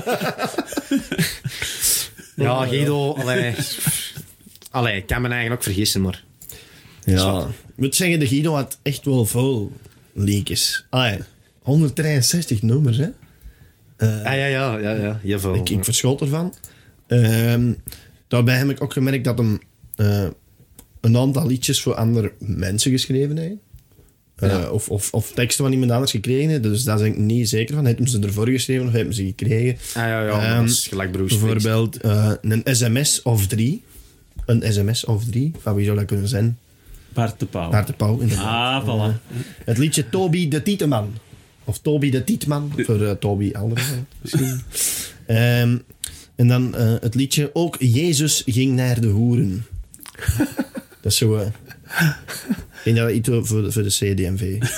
ja, Guido, allee, allee, ik kan me eigenlijk ook vergissen, maar... Ja, ik moet zeggen, de Guido had echt wel veel liedjes. Allee, honderddrieënzestig nummers, hè. Uh, ah, ja, ja, ja, ja, heel veel. Ik, ik verschot ervan. Uh, daarbij heb ik ook gemerkt dat hem uh, een aantal liedjes voor andere mensen geschreven heeft. Uh, ja. of, of, of teksten van iemand anders gekregen heeft. Dus daar ben ik niet zeker van. Heeft hem ze ervoor geschreven of heeft hem ze gekregen? Ah, ja, ja, um, dat is gelijk Bruce bijvoorbeeld uh, een sms of drie. Een sms of drie. Van wie zou dat kunnen zijn? Bart de Pauw. Bart de Pauw, inderdaad. Ah, voilà. Uh, het liedje Toby de Tieteman. Of Toby de Tietman. De... Voor uh, Toby Alderman misschien. um, en dan uh, het liedje Ook Jezus ging naar de hoeren. Dat is zo... Uh, ik denk dat iets voor, voor de C D M V.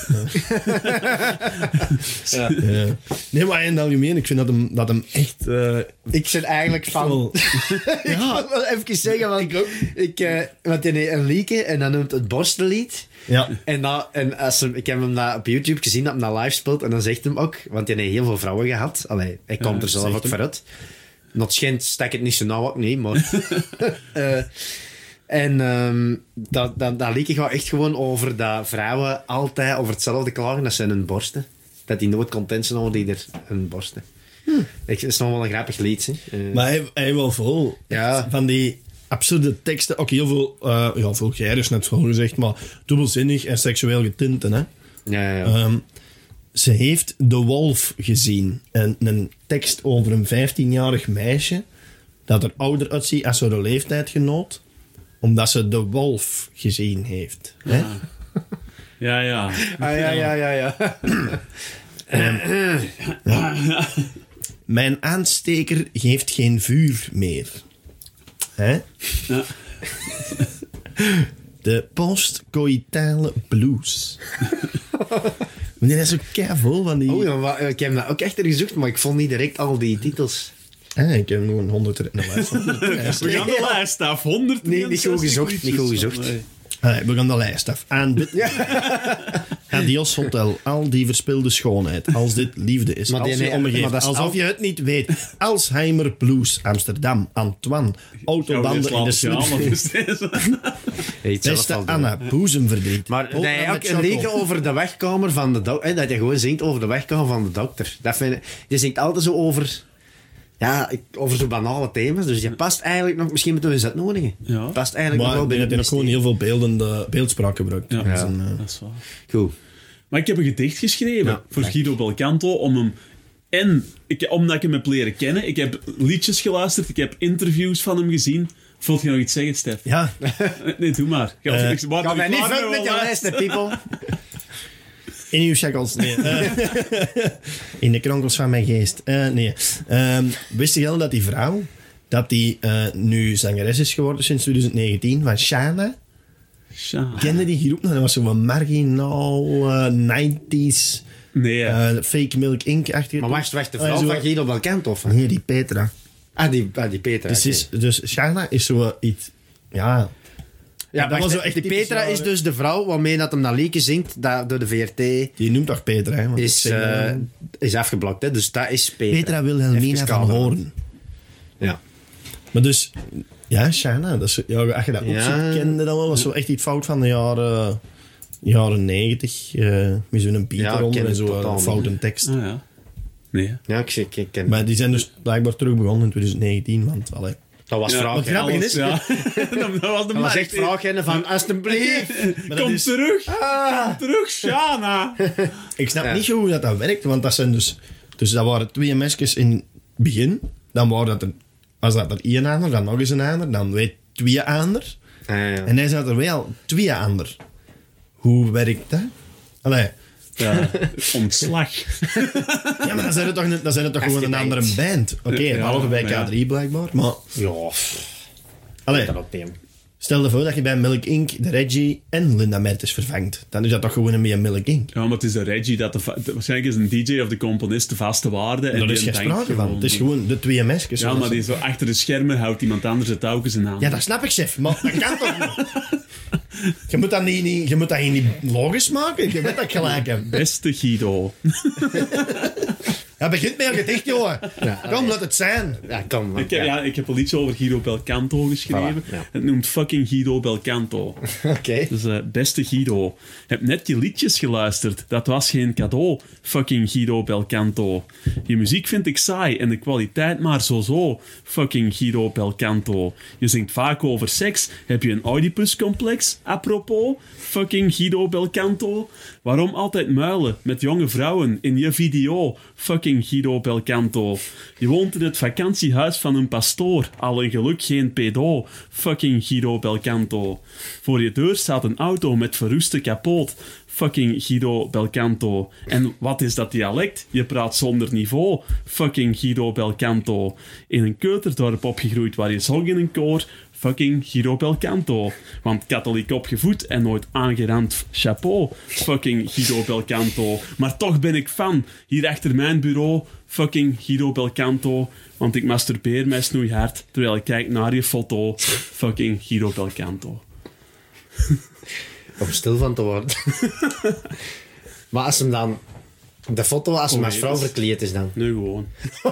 Ja. Ja. Nee, maar in het algemeen, ik vind dat hem, dat hem echt... Uh, ik zit eigenlijk van... Wel, ik ja. wil wel even zeggen, want ik, ik uh, want hij heeft een liedje en dan noemt het Borstenlied. Ja. En, dat, en als hem, ik heb hem dat op YouTube gezien, dat hij dat live speelt, en dan zegt hem ook, want hij heeft heel veel vrouwen gehad. Allee, hij komt ja, er zelf ook hem. vooruit. Not schijnt, stek het niet zo nauw ook niet, maar... uh, En um, dat, dat, dat liedje gaat echt gewoon over dat vrouwen altijd over hetzelfde klagen. Dat zijn hun borsten. Dat die nooit content zijn over die er hun borsten. Hm. Dat is nog wel een grappig lied. Hè. Uh, maar hij, hij heeft wel vol ja. van die absurde teksten. Ook heel veel, uh, ja, vulgair is net zo gezegd, maar dubbelzinnig en seksueel getint. Hè? Ja, ja. Um, ze heeft De Wolf gezien. Een, een tekst over een vijftienjarig meisje dat er ouder uitziet als haar leeftijdgenoot, omdat ze De Wolf gezien heeft. Ja, hè? ja. Ja, ah, ja, ja, ja, ja. um, ja. Mijn aansteker geeft geen vuur meer. Hè? Ja. De postcoïtale blues. Maar die is ook keivol van die... Oh ja, maar, ik heb dat ook echt er gezocht, maar ik vond niet direct al die titels. Ah, ik heb nog een honderd in de lijst. We gaan de lijst af. honderd. Nee, niet goed gezocht. Niet goed gezocht. Nee. Allee, we gaan de lijst af. Aanbid... Ja. Adios Hotel. Al die verspilde schoonheid. Als dit liefde is. Maar als die, je omgeeft. Alsof al... je het niet weet. Alzheimer Blues. Amsterdam. Antoine. Autobanden in de slipstream. Beste Anna. Boezemverdriet. Maar dat je ook een liedje over de wegkamer van de dokter. Dat je gewoon zingt over de wegkamer van de dokter. Dat vind ik, je zingt altijd zo over... Ja, ik, over zo'n banale thema's. Dus je past eigenlijk nog... Misschien moeten we eens uitnodigen. Ja. Past eigenlijk Maar nog wel ik denk binnen dat hij ook gewoon heel veel beeldende beeldspraak gebruikt. Ja, Dat is ja. een, uh... dat is waar. Goed. Maar ik heb een gedicht geschreven Ja, voor echt. Guido Belcanto om hem... En ik, omdat ik hem heb leren kennen. Ik heb liedjes geluisterd. Ik heb interviews van hem gezien. Vult je nog iets zeggen, Stef? Ja. Nee, doe maar. Ik, Uh, ik, Kan mij niet vult met jouw lijst, people. In uw shackles, nee. Uh, in de kronkels van mijn geest. Uh, nee. Um, wist je wel dat die vrouw, dat die uh, nu zangeres is geworden sinds twintig negentien, van Shana? Sja. Kende die groep nog? Dat was zo'n marginaal uh, nineties Nee, ja. uh, fake milk ink-achtige. Maar wacht, wacht. De Uh, vrouw zo- van Guido Belcanto, of? Nee, die Petra. Ah, die, ah, die Petra. Dus, oké. is, dus Shana is zo iets... Ja... Ja, dat wacht, was zo echt die typisch Petra jou, is hè? dus de vrouw waarmee dat hem dat liedje zingt, dat door de V R T Die noemt toch Petra, hè? Want ik is, zeg, uh, uh, is afgeblokt. Hè? Dus dat is Petra. Petra Wilhelmina Even van kaderen. Hoorn. Ja. Maar dus... Ja, Shana. Dat is, ja, als je dat ook Ja. zo kende, dan wel, was zo echt iets fout van de jaren... Jaren negentig. Uh, met zo'n beat Ja, ik eronder ken en het zo totaal een niet. foute tekst. Ah, ja. Nee. Ja, ik, ik, ik ken... Maar die zijn dus blijkbaar terug begonnen in twintig negentien, want... Allee. Dat was Ja, vraag. wat hè. grappig Alles, is- ja. dat, dat was de Dat was markt, echt vraag hè, van, alsjeblieft. Maar dat Kom is- terug. Ah. Kom terug, Shana. Ik snap Ja. niet zo hoe dat, dat werkt, want dat zijn dus... Dus dat waren twee mesjes in het begin. Dan waren dat er... Als dat er één ander, dan nog eens een ander, dan weer twee ander. Ah, ja. En hij zat er wel twee ander. Hoe werkt dat? Allee, Ja, ontslag. Ja, maar dan zijn het toch, een- dan zijn het toch gewoon een Afgedankt. andere band. Oké, Ja, behalve bij maar ja. K drie blijkbaar. Maar Ja, allee, dat op hem. stel je voor dat je bij Milk Incorporated de Reggie en Linda Mertens vervangt. Dan is dat toch gewoon een meer Milk Incorporated. Ja, maar het is de Reggie dat de, va- de- waarschijnlijk is een D J of de componist de vaste waarde. En Daar die is geen denkt sprake van. Het is die- gewoon de twee mesjes. Ja, maar die zo achter de schermen houdt iemand anders het touwtjes in aan. Ja, dat snap ik, chef. Maar dat kan toch niet? Je moet dat, niet, niet, je moet dat niet logisch maken. Je weet dat ik gelijk heb. Beste Guido. Ja, begint met een gedicht, jongen. Kom, laat het zijn. Ja, kom. man. Ik heb, ja, ik heb een liedje over Guido Belcanto geschreven. Voilà, ja. Het noemt fucking Guido Belcanto. Oké. Dus eh, beste Guido, heb net je liedjes geluisterd. Dat was geen cadeau, fucking Guido Belcanto. Je muziek vind ik saai en de kwaliteit maar zo-zo, fucking Guido Belcanto. Je zingt vaak over seks. Heb je een Oedipus-complex? Apropos, fucking Guido Belcanto. Waarom altijd muilen met jonge vrouwen in je video? Fucking Guido Belcanto. Je woont in het vakantiehuis van een pastoor. Al een geluk geen pedo. Fucking Guido Belcanto. Voor je deur staat een auto met verroeste kapot. Fucking Guido Belcanto. En wat is dat dialect? Je praat zonder niveau. Fucking Guido Belcanto. In een keuterdorp opgegroeid waar je zong in een koor. Fucking Guido Belcanto. Want katholiek opgevoed en nooit aangerand. Chapeau. Fucking Guido Belcanto. Maar toch ben ik fan. Hier achter mijn bureau. Fucking Guido Belcanto. Want ik masturbeer mij snoeihard terwijl ik kijk naar je foto. Fucking Guido Belcanto. Om stil van te worden. Maar als hem dan... De foto, als hem Oh, als nee, vrouw dat is- verkleed is dan. Nu gewoon.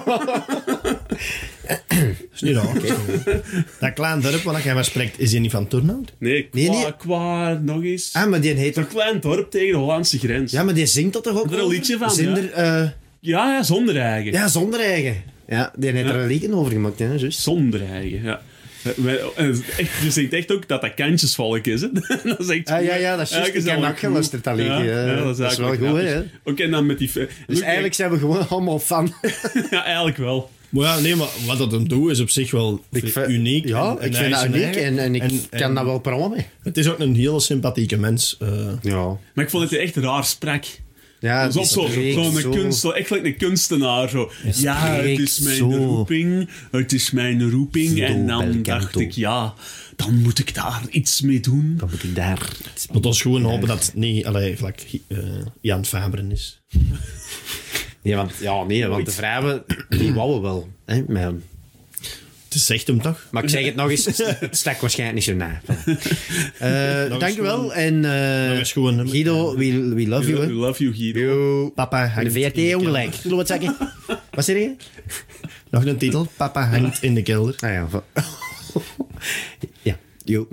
Dat is niet raar. Dat klein dorp waar jij van spreekt, is die niet van Turnhout? Nee, qua, Nee, nee. qua nog eens. Ah, maar die heet Een toch... klein dorp tegen de Hollandse grens. Ja, maar die zingt dat toch ook Er een over? liedje van, Zinder, ja. eh, Ja, ja, zonder eigen. ja, zonder eigen. Ja, die heeft Ja. er een liedje over gemaakt, hè, juist. Zonder eigen, ja. Eh, wij- eh, echt, je zegt echt ook dat dat kantjesvolk is, hè? Dat is echt Ah, goed. ja, ja, dat is juist. Eigenlijk Ik heb wel ook geluisterd, dat liedje. Ja, Ja, ja, dat is, dat is wel eigenlijk goed, grappig. hè. Oké, en dan met die... Dus Look, eigenlijk zijn we gewoon allemaal fan. Ja, eigenlijk wel. Maar ja, nee, maar wat dat hem doet is op zich wel Ik vind- uniek. Ja, en- en ik hij vind is dat zijn uniek eigen. en, en ik En- kan en dat wel promoten. Het is ook een heel sympathieke mens. eh. Ja. Maar ik vond het echt raar sprak. Ja, Zo, die zo, spreekt zo, een zo. kunst, zo, echt like een kunstenaar. Zo. Ja, het spreekt is mijn zo. roeping. Het is mijn roeping. Guido En dan Belcanto. dacht ik, ja, dan moet ik daar iets mee doen. Dan moet ik daar... Maar dat is gewoon hopen dat het niet allee, vlak, eh, Jan Faberen is. Nee, want, ja, nee, want de vrouwen, die wouden wel. Hè, met hem. Het zegt hem toch? Maar ik zeg het nog eens, het stak waarschijnlijk niet zo na. Eh eens Dank u wel. gewoon- En eh, Nog eens gewoon een- Guido, we, we love you. We hè. love you, Guido. Yo. Papa En hangt de V R T in de ongelijk. kelder. Zullen we wat zeggen? Wat zeg je? Nog een titel. Papa hangt in de kelder. Ah ja. van- ja. Yo.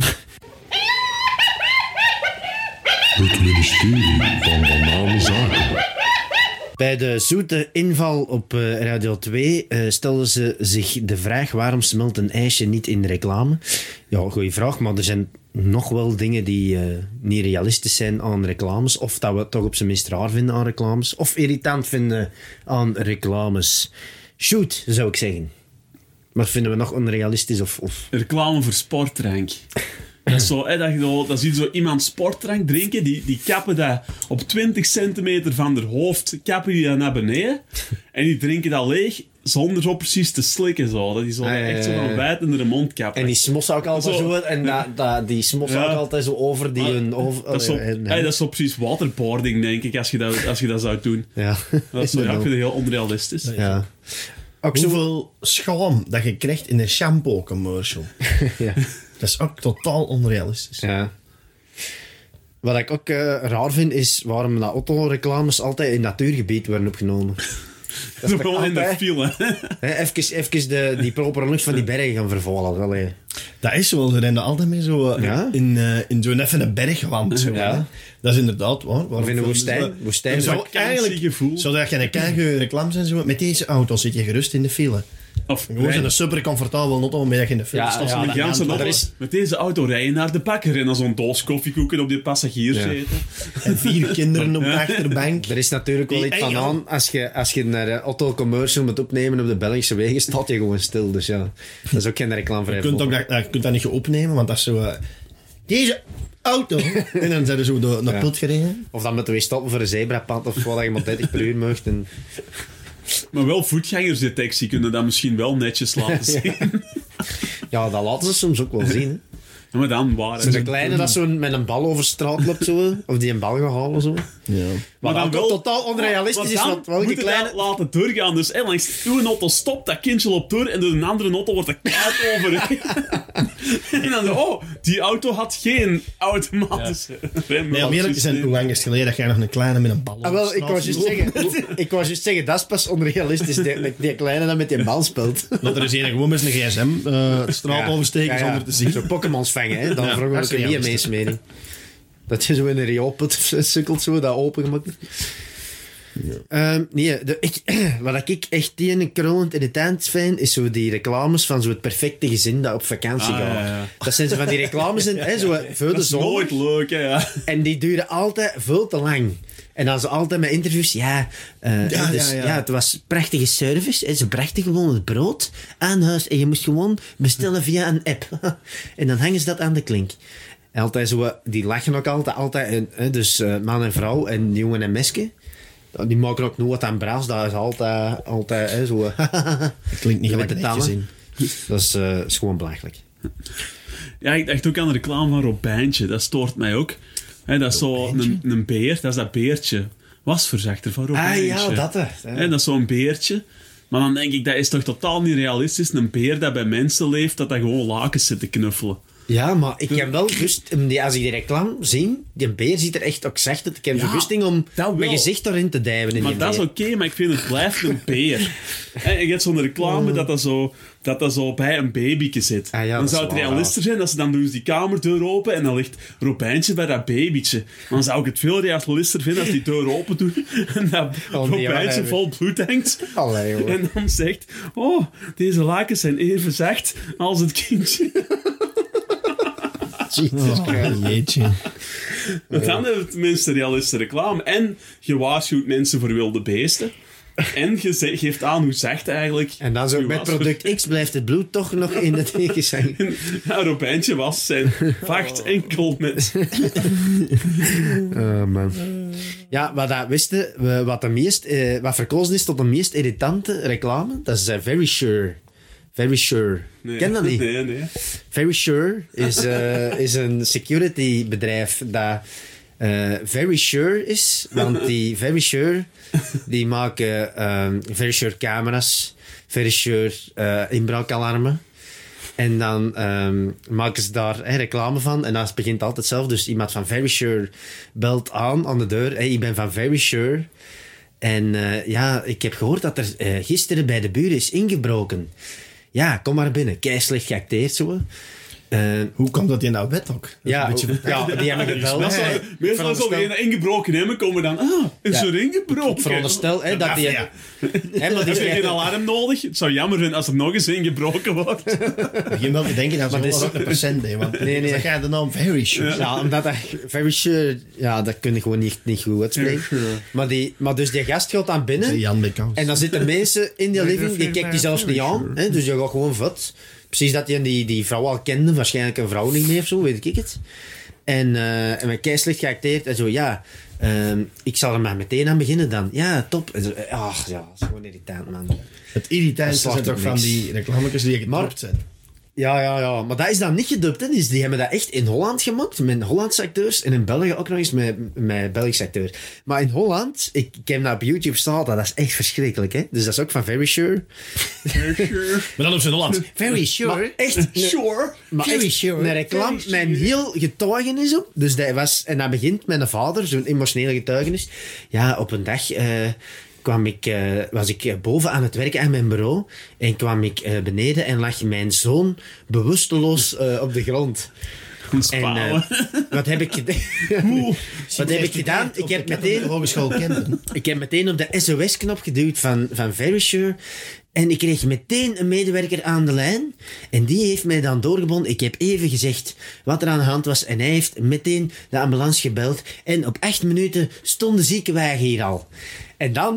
Het ministerie van Banale Zaken. Bij de zoete inval op eh, Radio twee eh, stelden ze zich de vraag waarom smelt een ijsje niet in reclame. Ja, goeie vraag, maar er zijn nog wel dingen die eh, niet realistisch zijn aan reclames. Of dat we het toch op zijn minst raar vinden aan reclames. Of irritant vinden aan reclames. Shoot, zou ik zeggen. Maar vinden we nog onrealistisch of... of... Reclame voor sportdrank. Dat is zo, hè, dat je zo, dan zie je zo iemand sportdrank drinken, die, die kappen dat op twintig centimeter van haar hoofd, kappen die dat naar beneden. En die drinken dat leeg, zonder zo precies te slikken. Zo. Dat die zo Ah, ja, ja, echt zo ja. van wijd in de mond kappen. En die smossen ook altijd Zo. zo... En dat, dat, die smossen Ja. ook altijd zo over die... Ah, hun over, dat, is zo, en- hey, dat is zo precies waterboarding, denk ik, als je dat, als je dat zou doen. Ja. Dat is zo, ja, ik vind het heel onrealistisch. Ja. Ook zo... Hoeveel schaam dat je krijgt in een shampoo commercial. Ja. Dat is ook totaal onrealistisch. Ja. Wat ik ook eh, raar vind, is waarom dat autoreclames altijd in natuurgebied worden opgenomen. Dat is toch Gewoon in de altijd- file. Hè, even even de, die propere lucht van die bergen gaan vervallen. Allee. Dat is zo wel. Ze rennen altijd mee zo eh, Ja? in, eh, in zo'n even een bergwand. Zo, Ja. hè. Dat is inderdaad waar. Of in een woestijn. woestijn. Er zou Vakantiegevoel. eigenlijk, zodat je een keigoede reclame zijn, zo, met deze auto zit je gerust in de file. Of Gewoon zo'n super comfortabel auto waarmee je in de file Ja, staat. ja, Met dat- ganse dat auto- is- met deze auto rijden naar de bakker en dan zo'n doos koffiekoeken op die passagiers Ja. zitten. En vier kinderen op de achterbank. Er is natuurlijk wel Die iets van engel. aan. Als je, als je naar de auto-commercial moet opnemen op de Belgische wegen, staat je gewoon stil. Dus ja, dat is ook geen reclame voor Je kunt, ook dat, dat- je kunt dat niet opnemen, want dat is zo... eh, Deze auto. En dan zijn ze zo door, naar Ja. put gereden. Of dan moeten we stoppen voor een zebrapad of wat je maar dertig per uur mag. En... Maar wel voetgangersdetectie kunnen dat misschien wel netjes laten zien. Ja, dat laten ze soms ook wel zien. Hè. Ja, maar dan waren Zo'n kleine dat zo met een bal over straat loopt, zo, of die een bal gaat halen. Zo. Ja. Maar dan wel totaal onrealistisch want is, dan want welke moet je kleine... dat laten doorgaan. Dus hè, langs uw auto stopt, dat kindje loopt door en door een andere auto wordt er keihard over. En dan zo, oh, die auto had geen automatische rem. Nee, om eerlijk te zijn, hoe lang is het geleden dat jij nog een kleine met een bal Ah, wel, ik was juist zeggen, ik was juist zeggen, dat is pas onrealistisch, die, die kleine dat met die bal speelt. Dat er is een gewoon met een gsm uh, de straat Ja. oversteken Ja, ja. zonder te zien. Zo Pokémons vangen, hè. Dan Ja, vroeg dat ik is een meer realistisch. meesmening. Dat je zo in een rioolput of zo sukkelt, zo, dat opengemaakt is. Ehm, nee, de, ik, wat ik echt die ene krullend irritant vind, is zo die reclames van zo het perfecte gezin dat op vakantie Ah, gaat. ja, ja. Dat zijn zo van die reclames in, hè, zo voor de Dat is zomer. nooit leuk, hè. Ja. En die duren altijd veel te lang. En dan ze altijd met interviews, ja, eh, Ja, dus, ja, ja, ja. het was prachtige service. En ze brachten gewoon het brood aan huis. En je moest gewoon bestellen via een app. En dan hangen ze dat aan de klink. En altijd zo, die lachen ook altijd. altijd en, hè, dus eh, man en vrouw en jongen en meisje. Die maken ook nooit aan braas. Dat is altijd, altijd hè, zo. Dat klinkt niet Met gelijk de een tanden. gezin. Dat is, eh, is gewoon belachelijk. Ja, ik dacht ook aan de reclame van Robijntje. Dat stoort mij ook. Hè, dat is zo een, een beer. Dat is dat beertje. Wasverzachter van Robijntje. Ah ja, dat hè. Hè, dat is zo'n beertje. Maar dan denk ik, dat is toch totaal niet realistisch. Een beer dat bij mensen leeft, dat dat gewoon lakens zit te knuffelen. Ja, maar ik heb wel rust... die- Als ik die reclame zie, die beer ziet er echt ook zacht uit. Ik heb Ja, de rusting om dat wel. mijn gezicht erin te dijven in Maar die dat is beer. oké, maar ik vind het blijft een beer. En je hebt zo'n reclame dat dat zo, dat dat zo bij een babyke zit. Ah ja, dan dat zou is het waar, realistischer zijn dat ze dan doen ze die kamerdeur open en dan ligt Robijntje bij dat babytje. Dan zou ik het veel realistischer vinden als die deur open doen en dat Oh, nee, Robijntje maar- vol bloed hangt. Allee, joh. En dan zegt, oh, deze lakens zijn even zacht als het kindje. Jesus Christ. Oh, jeetje. Dan hebben we tenminste realistische reclame. En je waarschuwt mensen voor wilde beesten. En je ze- geeft aan hoe zacht eigenlijk... En dan zo je met was- product X blijft het bloed toch nog in het tegenzang. Ja, Robijntje was zijn vacht enkel met... Oh, man. Ja, wat dat wisten, we- wat, de meest, eh, wat verkozen is tot de meest irritante reclame, dat is eh, Very Sure. Very Sure. Nee. Ken dat niet? Nee, nee. Very Sure is, eh, is een security bedrijf dat eh, Very Sure is. Want die Very Sure, die maken ehm, Very Sure camera's, Very Sure eh, inbraakalarmen. En dan ehm, maken ze daar eh, reclame van. En dat begint altijd zelf. Dus iemand van Very Sure belt aan aan de deur. Hey, ik ben van Very Sure. En eh, ja, ik heb gehoord dat er eh, gisteren bij de buren is ingebroken. Ja, kom maar binnen. Kei slecht geacteerd zo. Eh, Hoe komt dat in dat wet ook? Dat is ja, een beetje ja, die hebben gebeld. Dat is wel- Hey, meestal als veronderstel- we een ingebroken hebben, komen dan... Ah, is Ja. er ingebroken? Veronderstel hè, dat die... Ja. Hè, maar die Heb je geen alarm nodig? Het zou jammer zijn als er nog eens ingebroken wordt. Ik begin wel te denken dat ze Maar wel dit is- ook een procent hè, want Nee, nee. dan ga je de naam very sure. Ja, omdat dat Very Sure... Ja, dat kun je gewoon niet, niet goed uitspreken. Very Sure. Maar, die, maar dus die gast gaat dan binnen. Jan Bekkans. En dan zitten mensen in die living, die kijkt die zelfs niet aan. Hè? Dus je gaat gewoon vet. Precies dat je die, die vrouw al kende, waarschijnlijk een vrouw niet meer of zo, weet ik het. En, uh, en met kei slecht geacteerd en zo, ja, uh, ik zal er maar meteen aan beginnen dan. Ja, top. En zo, ach ja, dat is gewoon irritant, man. Het irritantste Dat zijn slacht toch op van niks. die reclametjes die Maar- gedrukt zijn. Ja, ja, ja. Maar dat is dan niet gedubt, hè. Dus die hebben dat echt in Holland gemaakt, met Hollandse acteurs. En in België ook nog eens met, met Belgische acteurs. Maar in Holland, ik, ik heb dat op YouTube staan, dat is echt verschrikkelijk, hè. Dus dat is ook van Very Sure. Maar dan op zijn Hollands. Very Sure. Maar echt, Sure. Maar Very echt, sure. een reclame Very met een heel getuigenis op. Dus dat was, en dat begint met een vader, zo'n emotionele getuigenis. Ja, op een dag eh, kwam ik, eh, was ik eh, boven aan het werken aan mijn bureau. En kwam ik eh, beneden en lag mijn zoon bewusteloos eh, op de grond. En Spouwen. eh, wat heb ik gedaan? Wat heb ik gedaan? Ik heb meteen... Hogeschool Kempen. Ik heb meteen op de S O S-knop geduwd van, van Very Sure. En ik kreeg meteen een medewerker aan de lijn. En die heeft mij dan doorgebonden. Ik heb even gezegd wat er aan de hand was. En hij heeft meteen de ambulance gebeld. En op acht minuten stond de ziekenwagen hier al. En dan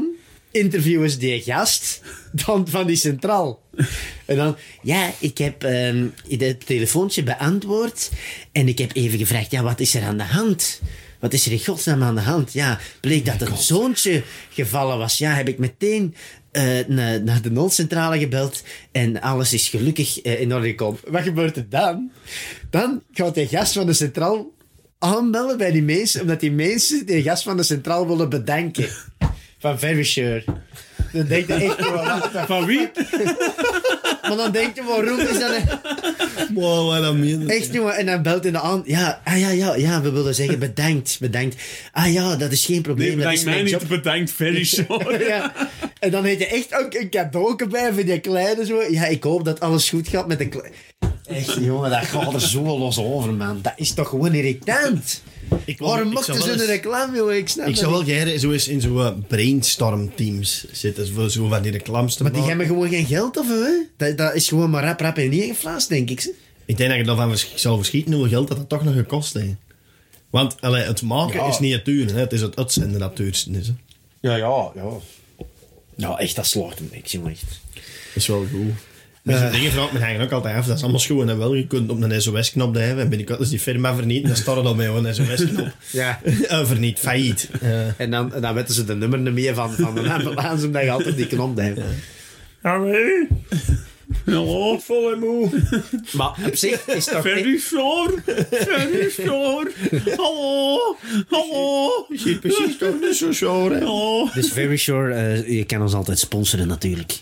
interviewen die gast dan van die centraal. En dan, ja, ik heb um, het telefoontje beantwoord en ik heb even gevraagd, ja, wat is er aan de hand? Wat is er in godsnaam aan de hand? Ja, bleek dat een zoontje gevallen was. Ja, heb ik meteen uh, naar, naar de noodcentrale gebeld en alles is gelukkig uh, in orde gekomen. Wat gebeurt er dan? Dan gaat de gast van de centraal aanbellen bij die mensen, omdat die mensen die gast van de centraal willen bedanken. Van Very Sure. Dan denk je echt gewoon, wat de- Van wie? maar dan denk je, waarom is dat een... Wow, wat een meen. Echt, jongen. En dan belt hij aan. Ja, ah, ja, ja, ja, we willen zeggen bedankt, bedankt. Ah ja, dat is geen probleem. Nee, dat bedankt is mij mijn niet, job. bedankt Very Sure. Ja. En dan heeft je echt ook een cadeau bij voor die kleine zo. Ja, ik hoop dat alles goed gaat met de kleine. Echt, jongen, dat gaat er zo los over, man. Dat is toch gewoon irritant. Ik, Waarom ik mochten zou ze wel een eens- reclame, jongen? Ik snap Ik dat zou wel niet. gerne zo eens in zo'n brainstorm teams zitten. Voor zo van die reclames te Maar die maken. hebben gewoon geen geld, of hè? Dat, dat is gewoon maar rap, rap en neergeflaast, denk ik. Ze. Ik denk dat je daarvan vers- zal verschieten hoeveel geld dat, dat toch nog gekost heeft. Want allee, het maken Ja. is niet het duur, hè. Het is het uitzenden dat het duurste is. Hè. Ja, ja, ja. Ja, echt, dat slaagt hem niks, jongen. Echt. Dat is wel goed. Maar zo'n dingen vraagt me hangen ook altijd af. Dat is allemaal schoon en wel. Je kunt op een S O S-knop duiven en binnenkort is die firma verniet. En dan staat er al bij een S O S-knop. Ja. uh, verniet, failliet. Uh, En dan, en dan weten ze de nummer niet meer van, van de ambulance, omdat je altijd die knop hebt. Ja, nee. Hallo, vol en moe. Maar op zich is toch... Very Sure. Very Sure. Hallo. Hallo. Je ziet precies toch niet zo zo, hè. Hallo. Dus Very Sure, uh, je kan ons altijd sponsoren natuurlijk.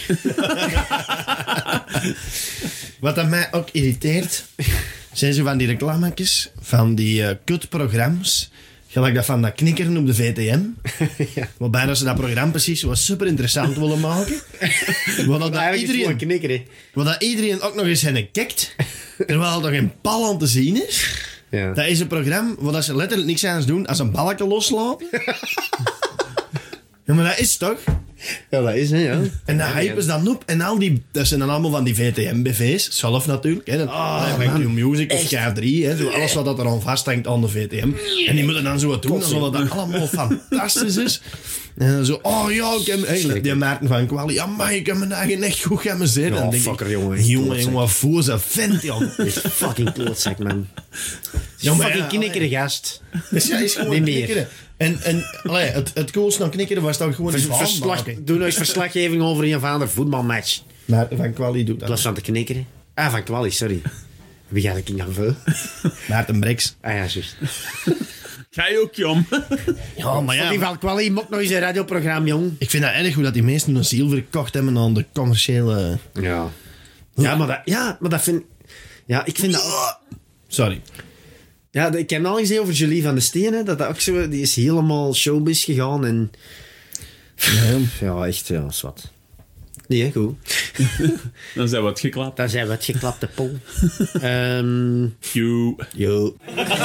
Wat dat mij ook irriteert, zijn zo van die reclametjes van die uh, kutprogramma's. Gelijk dat van dat knikkeren op de V T M. Ja. Waarbij dat ze dat programma precies zo super interessant willen maken. Wat dat, Eigenlijk is het iedereen, gewoon knikkeren. wat dat iedereen ook nog eens hen kijkt. Terwijl er geen bal aan te zien is. Ja. Dat is een programma waar dat ze letterlijk niks anders doen als een balken loslaten. Ja, maar dat is toch? Ja, dat is, hè, ja. En dat hypen ze dan op. En al die, dat zijn dan allemaal van die V T M B V's. Zelf natuurlijk. Hè. Dat, oh, Q Music of K drie. Hè. Zo, alles wat dat er aan vasthangt aan de V T M. En die moeten dan zo wat doen. Alsof dat allemaal fantastisch is. En dan zo, oh ja, ik heb... Hey, die Maarten van Quali. Ja, maar ik heb mijn eigen echt goed geamuseerd. Ja, En dan denk fucker, ik, jongen. Jongen, jongen, wat voel ze vent, joh. Fucking klootzak, man. Ja, maar Fucking ja, knikkeren gast. Dus ja, is gewoon Niet meer. knikkeren. En, en allee, het, het coolste aan knikkeren was dan gewoon een baan Verslag, maken. doe nou eens verslaggeving over een of andere voetbalmatch. Maar Van Quali doet In dat. plaats van te knikkeren. Ah, van Quali, sorry. Wie gaat ik naar veel? Maarten Brix. Ah ja, juist. Ga je ook, jong. Ja, maar Ja, die ja, van Quali moet nog eens een radioprogramma, jong. ik vind dat erg hoe dat die mensen een ziel verkocht hebben aan de commerciële... Ja. Ja, maar dat, ja, maar dat vind... Ja, ik vind dat ook... Sorry. Ja, ik heb al gezien over Julie van de Steen, hè, dat dat ook zo... Die is helemaal showbiz gegaan en... Ja, Ja, echt, ja, zwart. Nee, hè, goed. Dan zijn we het geklapt. Dan zijn we het geklapte pol. Ehm You. yo.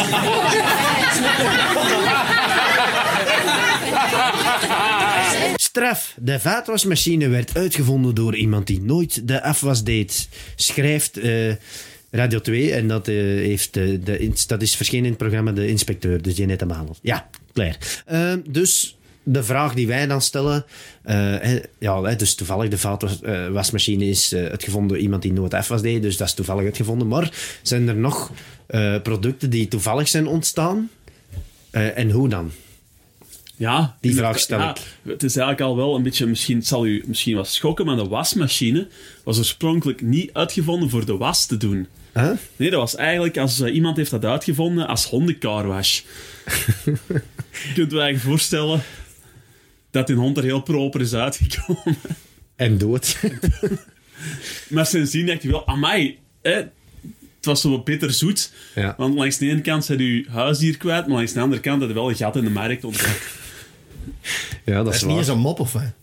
Straf. De vaatwasmachine werd uitgevonden door iemand die nooit de afwas deed. Schrijft eh, Radio twee en dat, eh, heeft, eh, de, ins- dat is verschenen in het programma De Inspecteur. Dus die net hem aan. Ja, klaar. Ehm, dus de vraag die wij dan stellen... eh, hè, ja, hè, dus toevallig de vaatwasmachine is uh, uitgevonden door iemand die nooit afwas deed. Dus dat is toevallig uitgevonden. Maar zijn er nog eh, producten die toevallig zijn ontstaan? Eh, en hoe dan? Ja, Die inderdaad. vraag stel Ja, het is eigenlijk al wel een beetje, misschien, het zal u misschien wat schokken, maar de wasmachine was oorspronkelijk niet uitgevonden voor de was te doen. Huh? Nee, dat was eigenlijk, als uh, iemand heeft dat uitgevonden, als hondencarwash. Je kunt je eigenlijk voorstellen dat die hond er heel proper is uitgekomen. En dood. Maar sindsdien dacht je wel, amai, hè, het was zo wat bitterzoet. Ja. Want langs de ene kant zijn je huisdier kwijt, maar langs de andere kant had je wel een gat in de markt ontdekt. Ja, dat dat is niet eens een mop, of wat?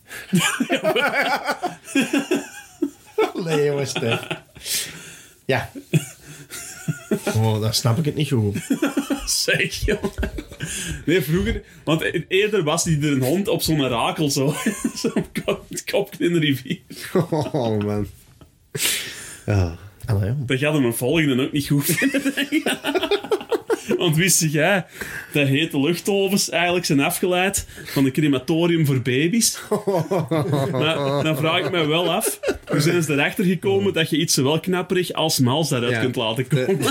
Nee, jongens. nee. Ja. Oh, dan snap ik het niet goed. Zeg, jongen. Nee, vroeger... Want e- eerder was die er een hond op zo'n rakel, zo. Zo'n kop, kop in de rivier. Oh, man. Ja. Allee, ja. Dat gaat hem een volgende ook niet goed vinden, denk ik. Want wist jij dat hete luchtovens eigenlijk zijn afgeleid van een crematorium voor baby's? Maar dan vraag ik me wel af, hoe zijn ze erachter gekomen dat je iets zowel knapperig als mals daaruit Ja. kunt laten komen?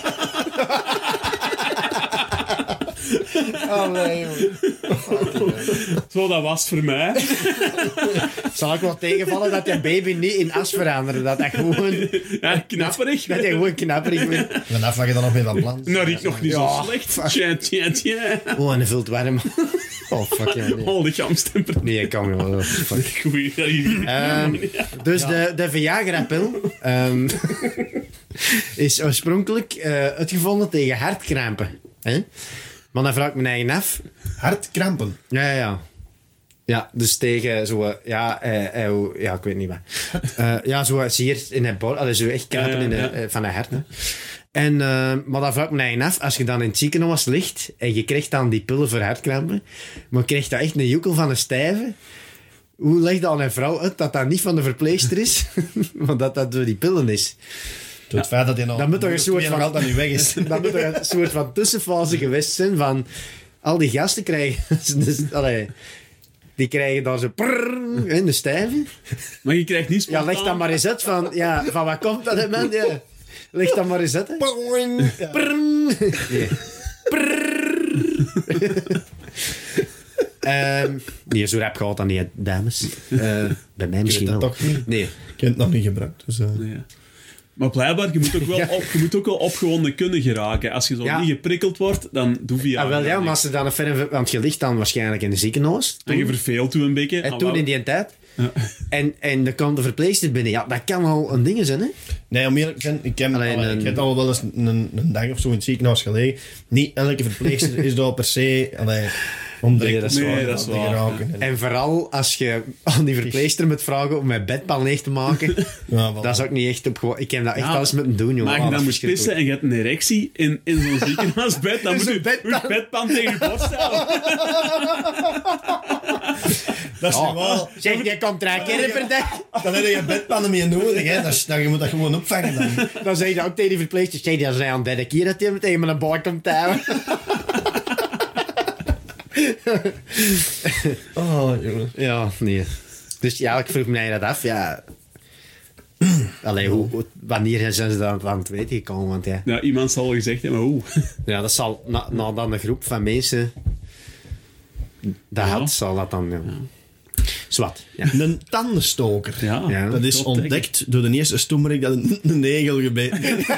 Oh nee, joh. Zo, dat was het voor mij. Zal ik wel tegenvallen dat je baby niet in as veranderde? Dat hij gewoon... Ja, knapperig. Dat hij gewoon knapperig werd. Vanaf wat je dan nog mee van plan. Nou, riekt nog niet Ja, zo slecht. Tja, tja, tja. Oh, en hij vult warm. Oh, fuck ja. Nee, Oh, lichaamstemperatuur. nee ik kan wel. Fuck. Goeie. Ehm, dus de, de Viagra-pil ehm, is oorspronkelijk uh, uitgevonden tegen hartkrampen. Hè? Maar dan vraag ik me eigen af. Hartkrampen. Ja, ja, ja. Ja, dus tegen zo... Ja, eh, eh, hoe- ja ik weet niet wat. Uh, ja, zo zeer in het bord. Allee, zo echt krampen Ja, ja, in de, ja. eh, van de hart. Hè. En, uh, maar dan vraag ik me eigen af. Als je dan in het ziekenhuis ligt en je krijgt dan die pillen voor hartkrampen, maar je krijgt dat echt een joekel van een stijve. Hoe leg je aan een vrouw uit dat dat niet van de verpleegster is, maar dat dat door die pillen is? Door het feit dat hij nog, Dan moet toch een soort nog van- altijd niet weg is. Dat moet er een soort van tussenfase geweest zijn van... Al die gasten krijgen... Dus, allee, die krijgen dan zo... Prrr, in de stijve. Maar je krijgt niet Ja, spontaan... leg dan maar eens uit van... Ja, van wat komt dat, hè, man? Ja. Leg dan maar eens uit, hè. Ja. Prrr. Nee. Prrr. Ehm, nee, zo rap gaat dat niet, hè, dames. Uh, bij mij misschien dat wel. toch niet? Nee. Ik heb het nog niet gebruikt. Dus, uh. Nee. Maar blijkbaar, je moet ook wel, Ja. op, je moet ook wel opgewonden kunnen geraken. Als je zo Ja. niet geprikkeld wordt, dan doe je Ah, wel ja, maar als ze dan ver... Want je ligt dan waarschijnlijk in de ziekenhuis. En je verveelt toen een beetje. En Ah, toen wel. in die tijd. Ja. En, en dan komt de verpleegster binnen. Ja, dat kan al een ding zijn, hè? Nee, om eerlijk te zijn, ik heb, Alleen allee, een- ik heb al wel eens een, een dag of zo in het ziekenhuis gelegen. Niet elke verpleegster is daar per se... Allee, om direct Nee, dat is op waar. te Nee, dat is waar, geraken. En- En vooral als je aan die verpleegster moet vragen om mijn bedpan leeg te maken. Ja, voilà. Dat is ook niet echt op gewoon... Ik heb dat echt Ja, alles moeten doen, jongen. Maar als Oh, je dat dan is moet pissen en je hebt een erectie in, in zo'n ziekenhuisbed, dan In moet zo'n je bedpan. je bedpan tegen je borst houden. Dat is Oh. niet waar. Zeg, die komt drie keer per dag. Dan heb je bedpannen meer nodig. Hè. Dat is, dan, je moet dat gewoon opvangen dan. Dan zeg je ook tegen die verpleegster... Zeg, dat is aan de derde keer dat hij meteen met een bord komt te houden. Oh, jongen. Ja, nee. Dus ja, ik vroeg me dat af. Ja... Allee, hoe, hoe- wanneer zijn ze dan aan het weten gekomen? Want ja... Ja, iemand zal al gezegd hebben, maar hoe? Ja, dat zal na, na dan een groep van mensen dat Ja. had, zal dat dan... Ja. Zwat. Ja. Een tandenstoker. Ja, Ja. Dat is klopt, denk ik. ontdekt door de eerste stoemerik dat een, een negel gebeten heeft.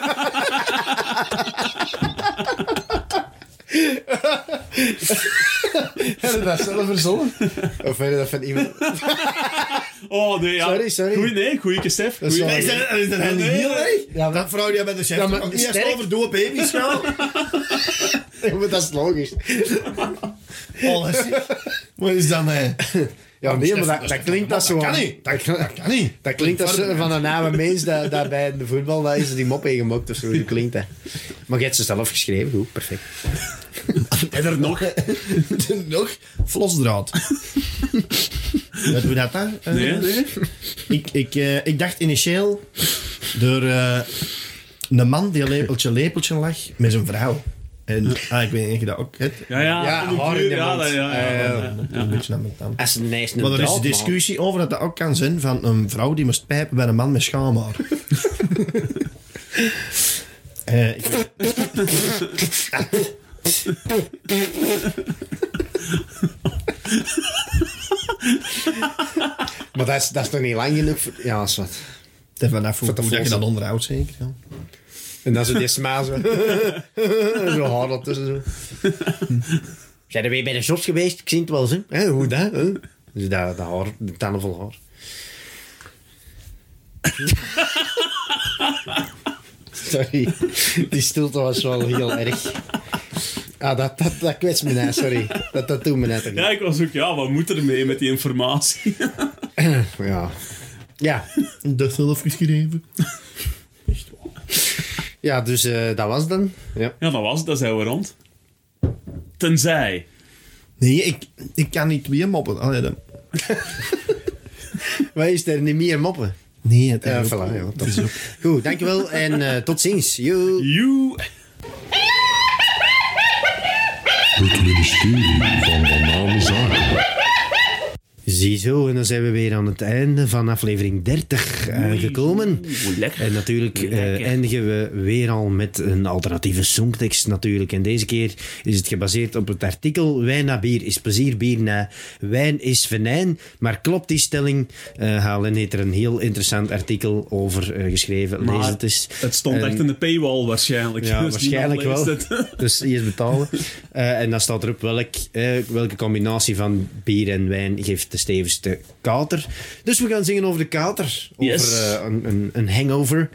Heb je dat zelf verzonnen? Of heb je dat van iemand... Oh, nee, ja. Sorry, sorry. Goeie, nee, goeie Stef. Dat is Goeie- wel- Is dat, is dat heel nee, heel erg? Ja, maar- Dat vrouw die bij de chef Ja, maar ook niet eerst sterk- over doe baby's gaan. Ja, maar dat is logisch. Alles. Wat is dat, hè? Ja, nee, maar dat- dat, dat dat klinkt als zo... kan niet. Dat, Dat kan niet. dat klinkt als zo van een oude mens dat, dat bij de voetbal dat is die mop heeft gemaakt of zo. Zo klinkt dat. Maar je hebt ze zelf geschreven. Goed, perfect. En er nog. nog vlosdraad. Wat doe dat dan? Eh, Nee, nee. Ik, ik, eh, ik dacht initieel door eh, een man die lepeltje lepeltje lag met zijn vrouw. En ah, ik weet niet of je dat ook hebt. Ja, ja. Ja, op een haar in duur, de ja, mond. dat- ja, ja, Eh, ja, ja, ja. Een beetje naar mijn tand. Als een nice Maar er is draad, discussie over dat dat ook kan zijn van een vrouw die moest pijpen bij een man met schaamhaar. Eh, ik weet- Maar, maar dat, is, dat is toch niet lang genoeg voor... Ja, dat is wat. Het is vanaf hoe, Voor de hoe dat je volse. dat onderhoudt, zeker. Ja. En dan zo die smaal zo... zo haar ertussen zo. Zijn er weer bij de shops geweest? Ik zie het wel eens, hè? Hè, hoe dat? Hè? Dus dat, dat haar, de tanden vol haar. Sorry. Die stilte was wel heel erg. Ah, dat, dat, dat kwetst me net, sorry. Dat, dat doet me net. Ja, ik was ook, ja, wat moet er mee met die informatie? Ja. Ja. Dat zelf geschreven. Ja, dus uh, dat was dan. Ja. Ja, dat was het, dat zijn we rond. Tenzij. Nee, ik, ik kan niet weer moppen. Allee, dan. Wat is er niet meer moppen? Nee, het is Ja, op. voilà. Ja, Het is op. Goed, dankjewel en uh, tot ziens. Joe. You. Het ministerie van Banale Zaken. Ziezo, en dan zijn we weer aan het einde van aflevering dertig aangekomen. En natuurlijk uh, eindigen we weer al met een alternatieve songtekst natuurlijk. En deze keer is het gebaseerd op het artikel Wijn na bier is plezier, bier na wijn is venijn. Maar klopt die stelling? Uh, Halen heeft er een heel interessant artikel over uh, geschreven. Maar Lees het eens. Het stond En- echt in de paywall waarschijnlijk. Ja, Dus waarschijnlijk niemand wel. leest het. Dus eerst betalen. Uh, en dan staat erop welk, uh, welke combinatie van bier en wijn geeft de stevigste kater. Dus we gaan zingen over de kater. Yes. Over uh, een, een, een hangover.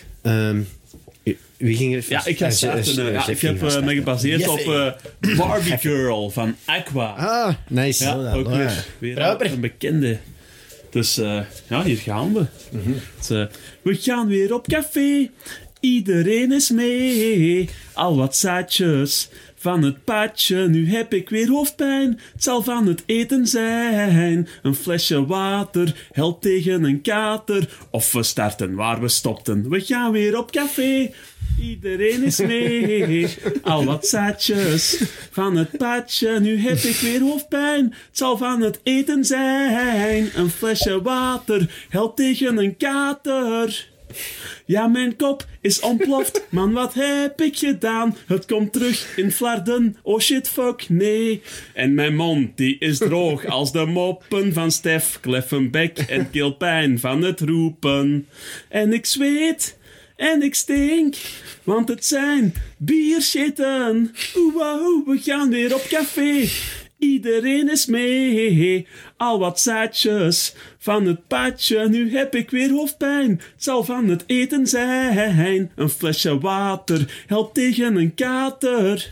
Um, wie ging er? Ja, ik ga Uh, starten. Jeff- uh, ja, Jeff ik ging heb van uh, me starten. gebaseerd Jeff, op uh, Barbie Girl van Aqua. Ah, nice. Ja, ja, ook ja. weer, weer Proper. een bekende. Dus uh, ja, hier gaan we. Dus, uh, we gaan weer op café. Iedereen is mee. Al wat zaadjes van het padje. Nu heb ik weer hoofdpijn. Het zal van het eten zijn. Een flesje water helpt tegen een kater. Of we starten waar we stopten. We gaan weer op café. Iedereen is mee. Al wat zaadjes van het padje. Nu heb ik weer hoofdpijn. Het zal van het eten zijn. Een flesje water helpt tegen een kater. Ja, mijn kop is ontploft. Man, wat heb ik gedaan? Het komt terug in flarden. Oh shit, fuck, nee. En mijn mond, die is droog als de moppen van Stef. Kleffenbek en keelpijn van het roepen. En ik zweet en ik stink, want het zijn biershitten. Oeh, wauw, we gaan weer op café. Iedereen is mee, al wat zaadjes van het padje. Nu heb ik weer hoofdpijn, het zal van het eten zijn. Een flesje water helpt tegen een kater.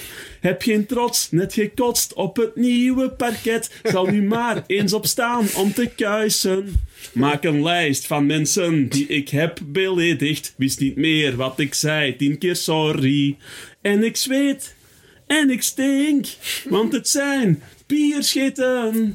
Heb geen trots, net gekotst op het nieuwe parket. Zal nu maar eens opstaan om te kuisen. Maak een lijst van mensen die ik heb beledigd. Wist niet meer wat ik zei, tien keer sorry. En ik zweet en ik stink, want het zijn bierschitten.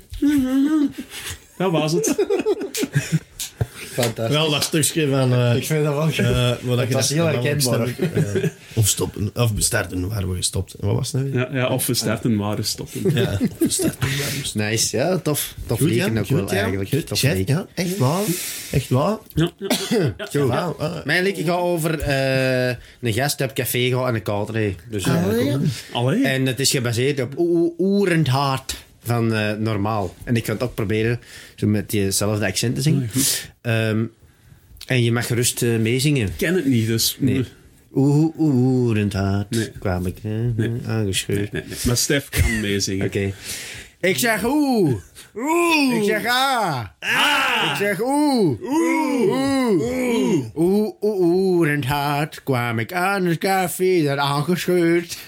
Dat was het. Fantastisch. Wel, dat stukje van... uh, Ik vind dat wel goed. uh, wat Het je was net- heel van herkenbaar. opstarten, uh, of stoppen. Of bestarten, waar we gestopt. Wat was het nou weer? Ja, ja, of we starten maar we stoppen. Ja, of bestarten, waar we gestopt. Nice, ja, tof. Tof Goed, leken ja, ook goed, wel ja. eigenlijk. Goed, Tof chef, leken. ja, echt waar. Echt waar. Ja, ja, ja. Zo. Wauw, uh, Mijn liedje gaat over eh, een gast op café gaan en een kater heeft. Dus, eh, Ah, ja. Allee. En het is gebaseerd op Oe- Oerend Hart van eh, Normaal. En ik ga het ook proberen zo met diezelfde accent te zingen. Ehm, en je mag gerust eh, meezingen. Ik ken het niet, dus... Nee. Oe- Oerend Hart Nee. kwam ik eh, aangescheurd. Nee, nee. Maar Stef kan meezingen. Oké. Ik zeg oeh. Oeh. Ik zeg ah. Ah. Ik zeg oeh. Oeh. Oeh. Oeh. Oeh. Oerend Hart kwam ik aan het café dat aangescheurd.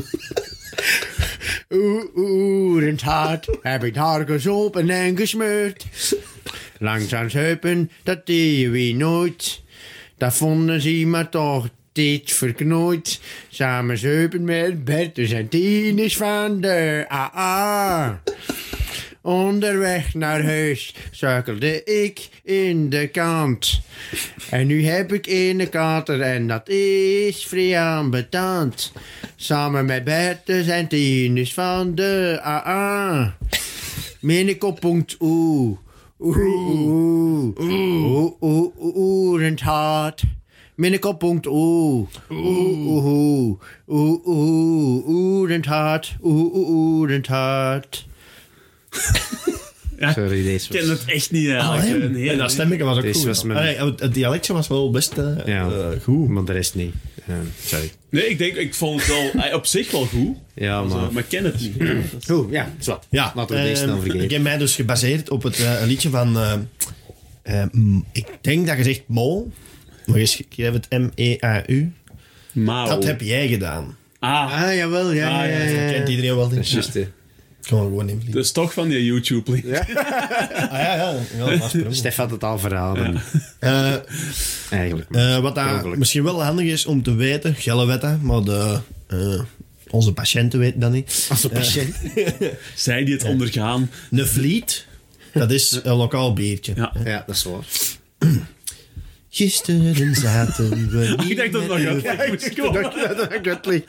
Oeh, oerend hart heb ik haar gezopen en gesmeurd. Langs aan heupen, dat deed wie nooit. Dat vonden ze maar toch dit verknooid. Samen zeupen met Bertus en Tienes van de A A. Onderweg naar huis suikelde ik in de kant. En nu heb ik een kater en dat is vrij ambetant. Samen met Bertus en Tinus van de A A. Mijn koppunt oeh. Oeh, oeh, oeh, oeh, oeh, oerend hart. Mijn koppunt oeh. Oeh, oeh, oeh, oeh, oeh, oerend hart. Oeh, oeh, oerend hart. Ja, Sorry, deze ik ken was... het echt niet eigenlijk. Allee, Een hele- en dat stemmetje was ook Deze goed. was mijn- Allee, het, het dialectje was wel best uh, Ja, uh, goed. maar de rest niet. Ja, sorry. Nee, ik denk, ik vond het wel eh, op zich wel goed. Ja, Also, maar... maar ik ken het niet. Ja, dat is- Goed, ja, zo. Ja, Laten we deze ehm, dan vergeten. Ik heb mij dus gebaseerd op het uh, een liedje van... Uh, uh, m- ik denk dat je zegt Mo, maar je schrijft het M E A U. Mao. Dat heb jij gedaan. Ah, Ah, jawel, ja, Ah, ja, ja, ja, Dat ja. kent iedereen wel, denk ik. Juist, hè. Kan wel gewoon invliegen. dus toch van die YouTube-link. Ja. Ah ja, ja. ja dat is Stef had het al verraden, uh, eigenlijk. uh, Wat daar Mogelijk. misschien wel handig is om te weten, Gelle weten, maar de, uh, onze patiënten weten dat niet. Als een patiënt. Zij die het ondergaan. Een vliet, dat is een lokaal biertje. Ja. Ja, dat is waar. Gisteren zaten we hier Ik dacht dat het nog met uit de- moest komen. Dat ik het licht.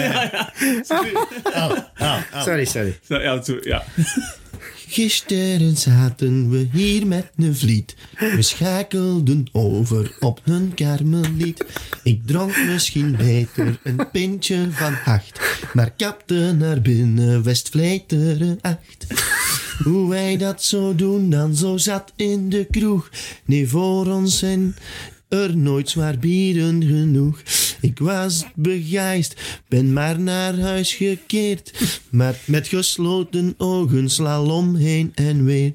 Au, au, au. Sorry, sorry. Ja, zo, ja. Gisteren zaten we hier met een vliet. We schakelden over op een karmeliet. Ik dronk misschien beter een pintje van acht, maar kapte naar binnen Westvleteren acht. Hoe wij dat zo doen, dan zo zat in de kroeg. Nee, voor ons en er nooit zwaar bieren genoeg. Ik was begeist, ben maar naar huis gekeerd. Maar met gesloten ogen slalom heen en weer.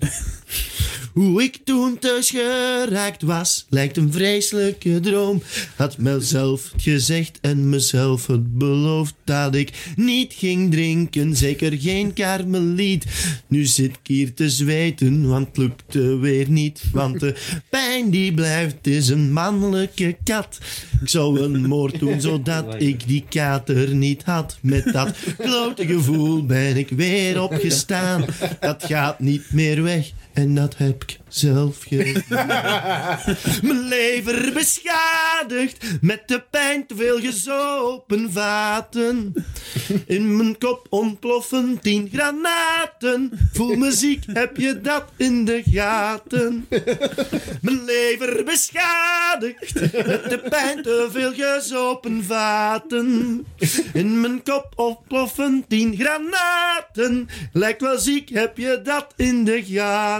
Hoe ik toen thuis geraakt was, lijkt een vreselijke droom. Had mezelf gezegd en mezelf het beloofd dat ik niet ging drinken, zeker geen karmeliet. Nu zit ik hier te zweten, want het lukte weer niet. Want de pijn die blijft is een mannelijke kat. Ik zou een moord doen zodat ik die kater niet had. Met dat klote gevoel ben ik weer opgestaan. Dat gaat niet meer weg. En dat heb ik zelf gedaan. Mijn lever beschadigd, met de pijn te veel gezopen vaten. In mijn kop ontploffen tien granaten. Voel me ziek, heb je dat in de gaten? Mijn lever beschadigd, met de pijn te veel gezopen vaten. In mijn kop ontploffen tien granaten. Lijkt wel ziek, heb je dat in de gaten?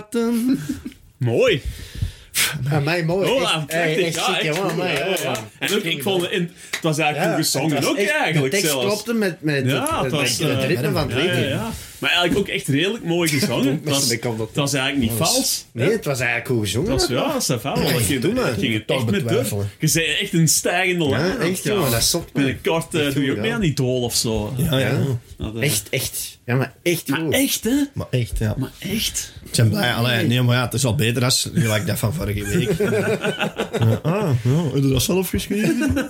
Mooi. Ja, mij mooi. Oh, Echt, aan hey, prachtig. echt Ja, ziek, echt jongen, goed, mij, ja, ja, ja. ja. En ook, ik vond het, in, het was eigenlijk Ja, goed gezongen het was ook echt- eigenlijk de tekst zelfs. klopte met, met Ja, het, het het, was, het eh, ritme van het Ja, ja, liedje. ja. Maar eigenlijk ook echt redelijk mooi gezongen. Het was, Ik kan dat- het was eigenlijk niet vals. Nee, het was eigenlijk goed gezongen. Het was, ja, ça va. Dat ging, doe maar. dat ging het Toch echt met betwijfelen. durf. Je zei echt een stijgende lijn. Ja, echt, jongen, dat is zot, man. Binnenkort uh, Echt doe je ook goed, mee ja. aan die dool of zo. Ja, ja. Dat, uh, Echt, echt. Ja, maar echt Maar goed. echt, hè? Maar echt, ja. Maar echt. Ik ben blij. Allee, nee, maar ja, het is al beter als gelijk dat van vorige week. Ja, ah, ja, heb je dat zelf geschreven?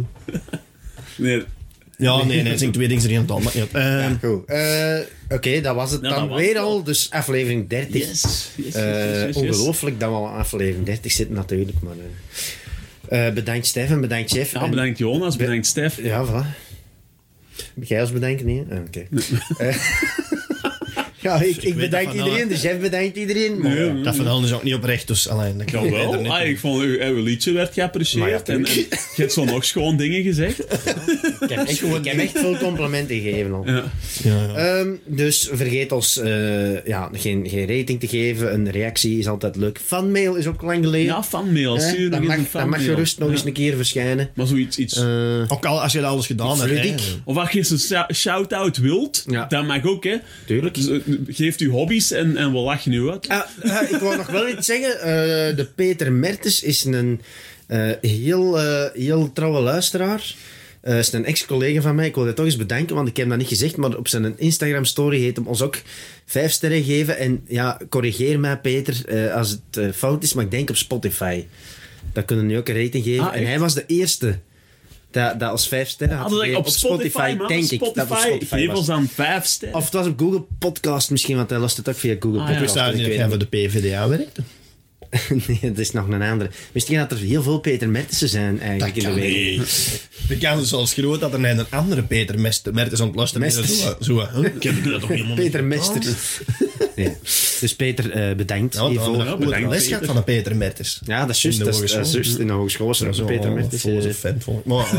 Nee, Ja, nee, nee, het zijn twee dingen erin aan het maakt niet uit. Ehm, Goed. Eh, Oké, dat was het Ja, dan dat was weer het al. Dus aflevering dertig. yes. yes, yes, Eh, yes, yes, yes. Ongelooflijk dat we al aan aflevering dertig zitten natuurlijk. Maar, eh, eh, bedankt Stefan, bedankt chef. Ja, En- bedankt Jonas, bedankt Stef. Ja, voilà. Heb jij ons bedanken? Nee? Ah, oké. Eh, ja, ik, ik weet bedank dat van iedereen, alle- de chef bedankt iedereen. Maar, Nee, dat van Allen is ook niet oprecht, dus alleen. Dat kan je er Jawel, niet ah, mee. ik vond uw, uw liedje werd geapprecieerd. Maar ja, en, en je hebt zo nog schoon dingen gezegd. ik, heb echt, ik heb echt veel complimenten gegeven al. Ja. Ja, ja. Ehm, dus vergeet ons eh, ja, geen, geen rating te geven. Een reactie is altijd leuk. Fanmail is ook lang geleden. Ja, fanmail. Eh, Stuur nog dat, eens mag, een dat fanmail. mag gerust nog Ja. eens een keer verschijnen. Maar zoiets, iets... Eh, Ook al als je dat alles gedaan hebt. Ludiek. hè. of als je een shou- shout-out wilt, Ja. dat mag ook, hè. tuurlijk. Dus, eh, geeft u hobby's en, en we lachen u uit. Ah, ah, ik wou nog wel iets zeggen. Eh, de Peter Mertens is een eh, heel, eh, heel trouwe luisteraar. Eh is een ex-collega van mij. Ik wil dat toch eens bedanken, want ik heb dat niet gezegd. Maar op zijn Instagram-story heeft hem ons ook vijf sterren gegeven. En ja, corrigeer mij, Peter, eh, als het eh, fout is. Maar ik denk op Spotify. Dat kunnen we nu ook een rating geven. Ah, en echt? hij was de eerste dat, dat als vijf sterren had Hadden we gegeven. op Spotify, man. denk ik. Dat op Spotify, Spotify geef was. ons dan vijf sterren. Of het was op Google Podcast misschien, want hij luistert ook via Google Ah, ja. Ik Podcast. wist daar dus niet ik dat weet jij voor de P V D A werkte. nee, dat is nog een andere. Misschien dat er heel veel Peter Mertensen zijn eigenlijk in de wereld. De kans is zelfs groot dat er een andere Peter Mester, Mertens ontlasten is. Mesters. Zo, zo, huh? Ik heb dat toch helemaal niet Peter gedaan? Mester. Nee. Dus Peter, eh, bedankt Ja, hiervoor. dan Ja, heb bedankt, ik les gehad Peter. van een Peter Mertens. Ja, dat is juist. In de Dat is, dat is hogeschool. juist in de hogeschool. was er ook Zo, een Peter Mertens. volgens een eh. fan vond ik. Maar,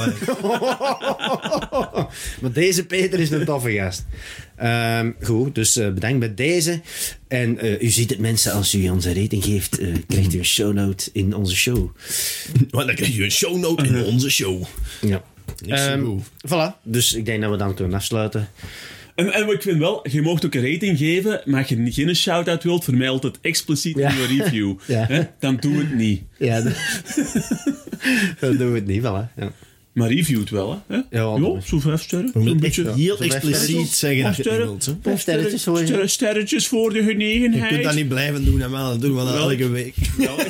allee. Maar deze Peter is een toffe gast. Ehm, goed, dus eh, bedankt bij deze. En eh, u ziet het, mensen, als u onze rating geeft, eh, krijgt u een shownote in onze show. Want dan krijg je een shownote in onze show. Ja. Niks zo Ehm, goed. voilà, dus ik denk dat we dan kunnen afsluiten. En, en ik vind wel, je mocht ook een rating geven, maar als je niet- geen shout-out wilt, vermeld het expliciet Ja. in je review. Ja. Hè? Dan doe het niet. Ja, dat- dan doen we het niet, voilà. Ja. Maar review het wel, hè? Ja, ja wel. zo vijf sterren. Je Zo'n moet beetje. echt heel Zo vijf expliciet sterretjes. zeggen dat je het niet sterren. wilt. Hè. Vijf sterretjes voor je. Sterren, sterretjes voor de genegenheid. Je kunt dat niet blijven doen en wel doen we dat Wel. elke week.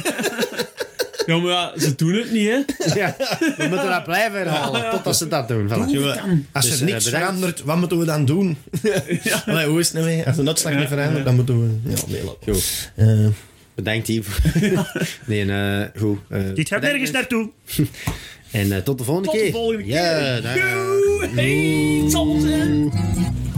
Ja, maar ja, ze doen het niet, hè? Ja, we moeten dat blijven herhalen, totdat ze dat doen. Voilà. Jongen, Als Dus, er niks eh, bedankt. verandert, wat moeten we dan doen? Allee, hoe is het nou mee? Als de uitslag niet verandert, dan moeten we... Ja, nee, laat. Goed. Eh, Bedankt, Yves. nee, uh, goed. Uh, Dit gaat nergens naartoe. en uh, tot de volgende tot keer. Tot de volgende ja, keer. Yo, hey, het zal zijn.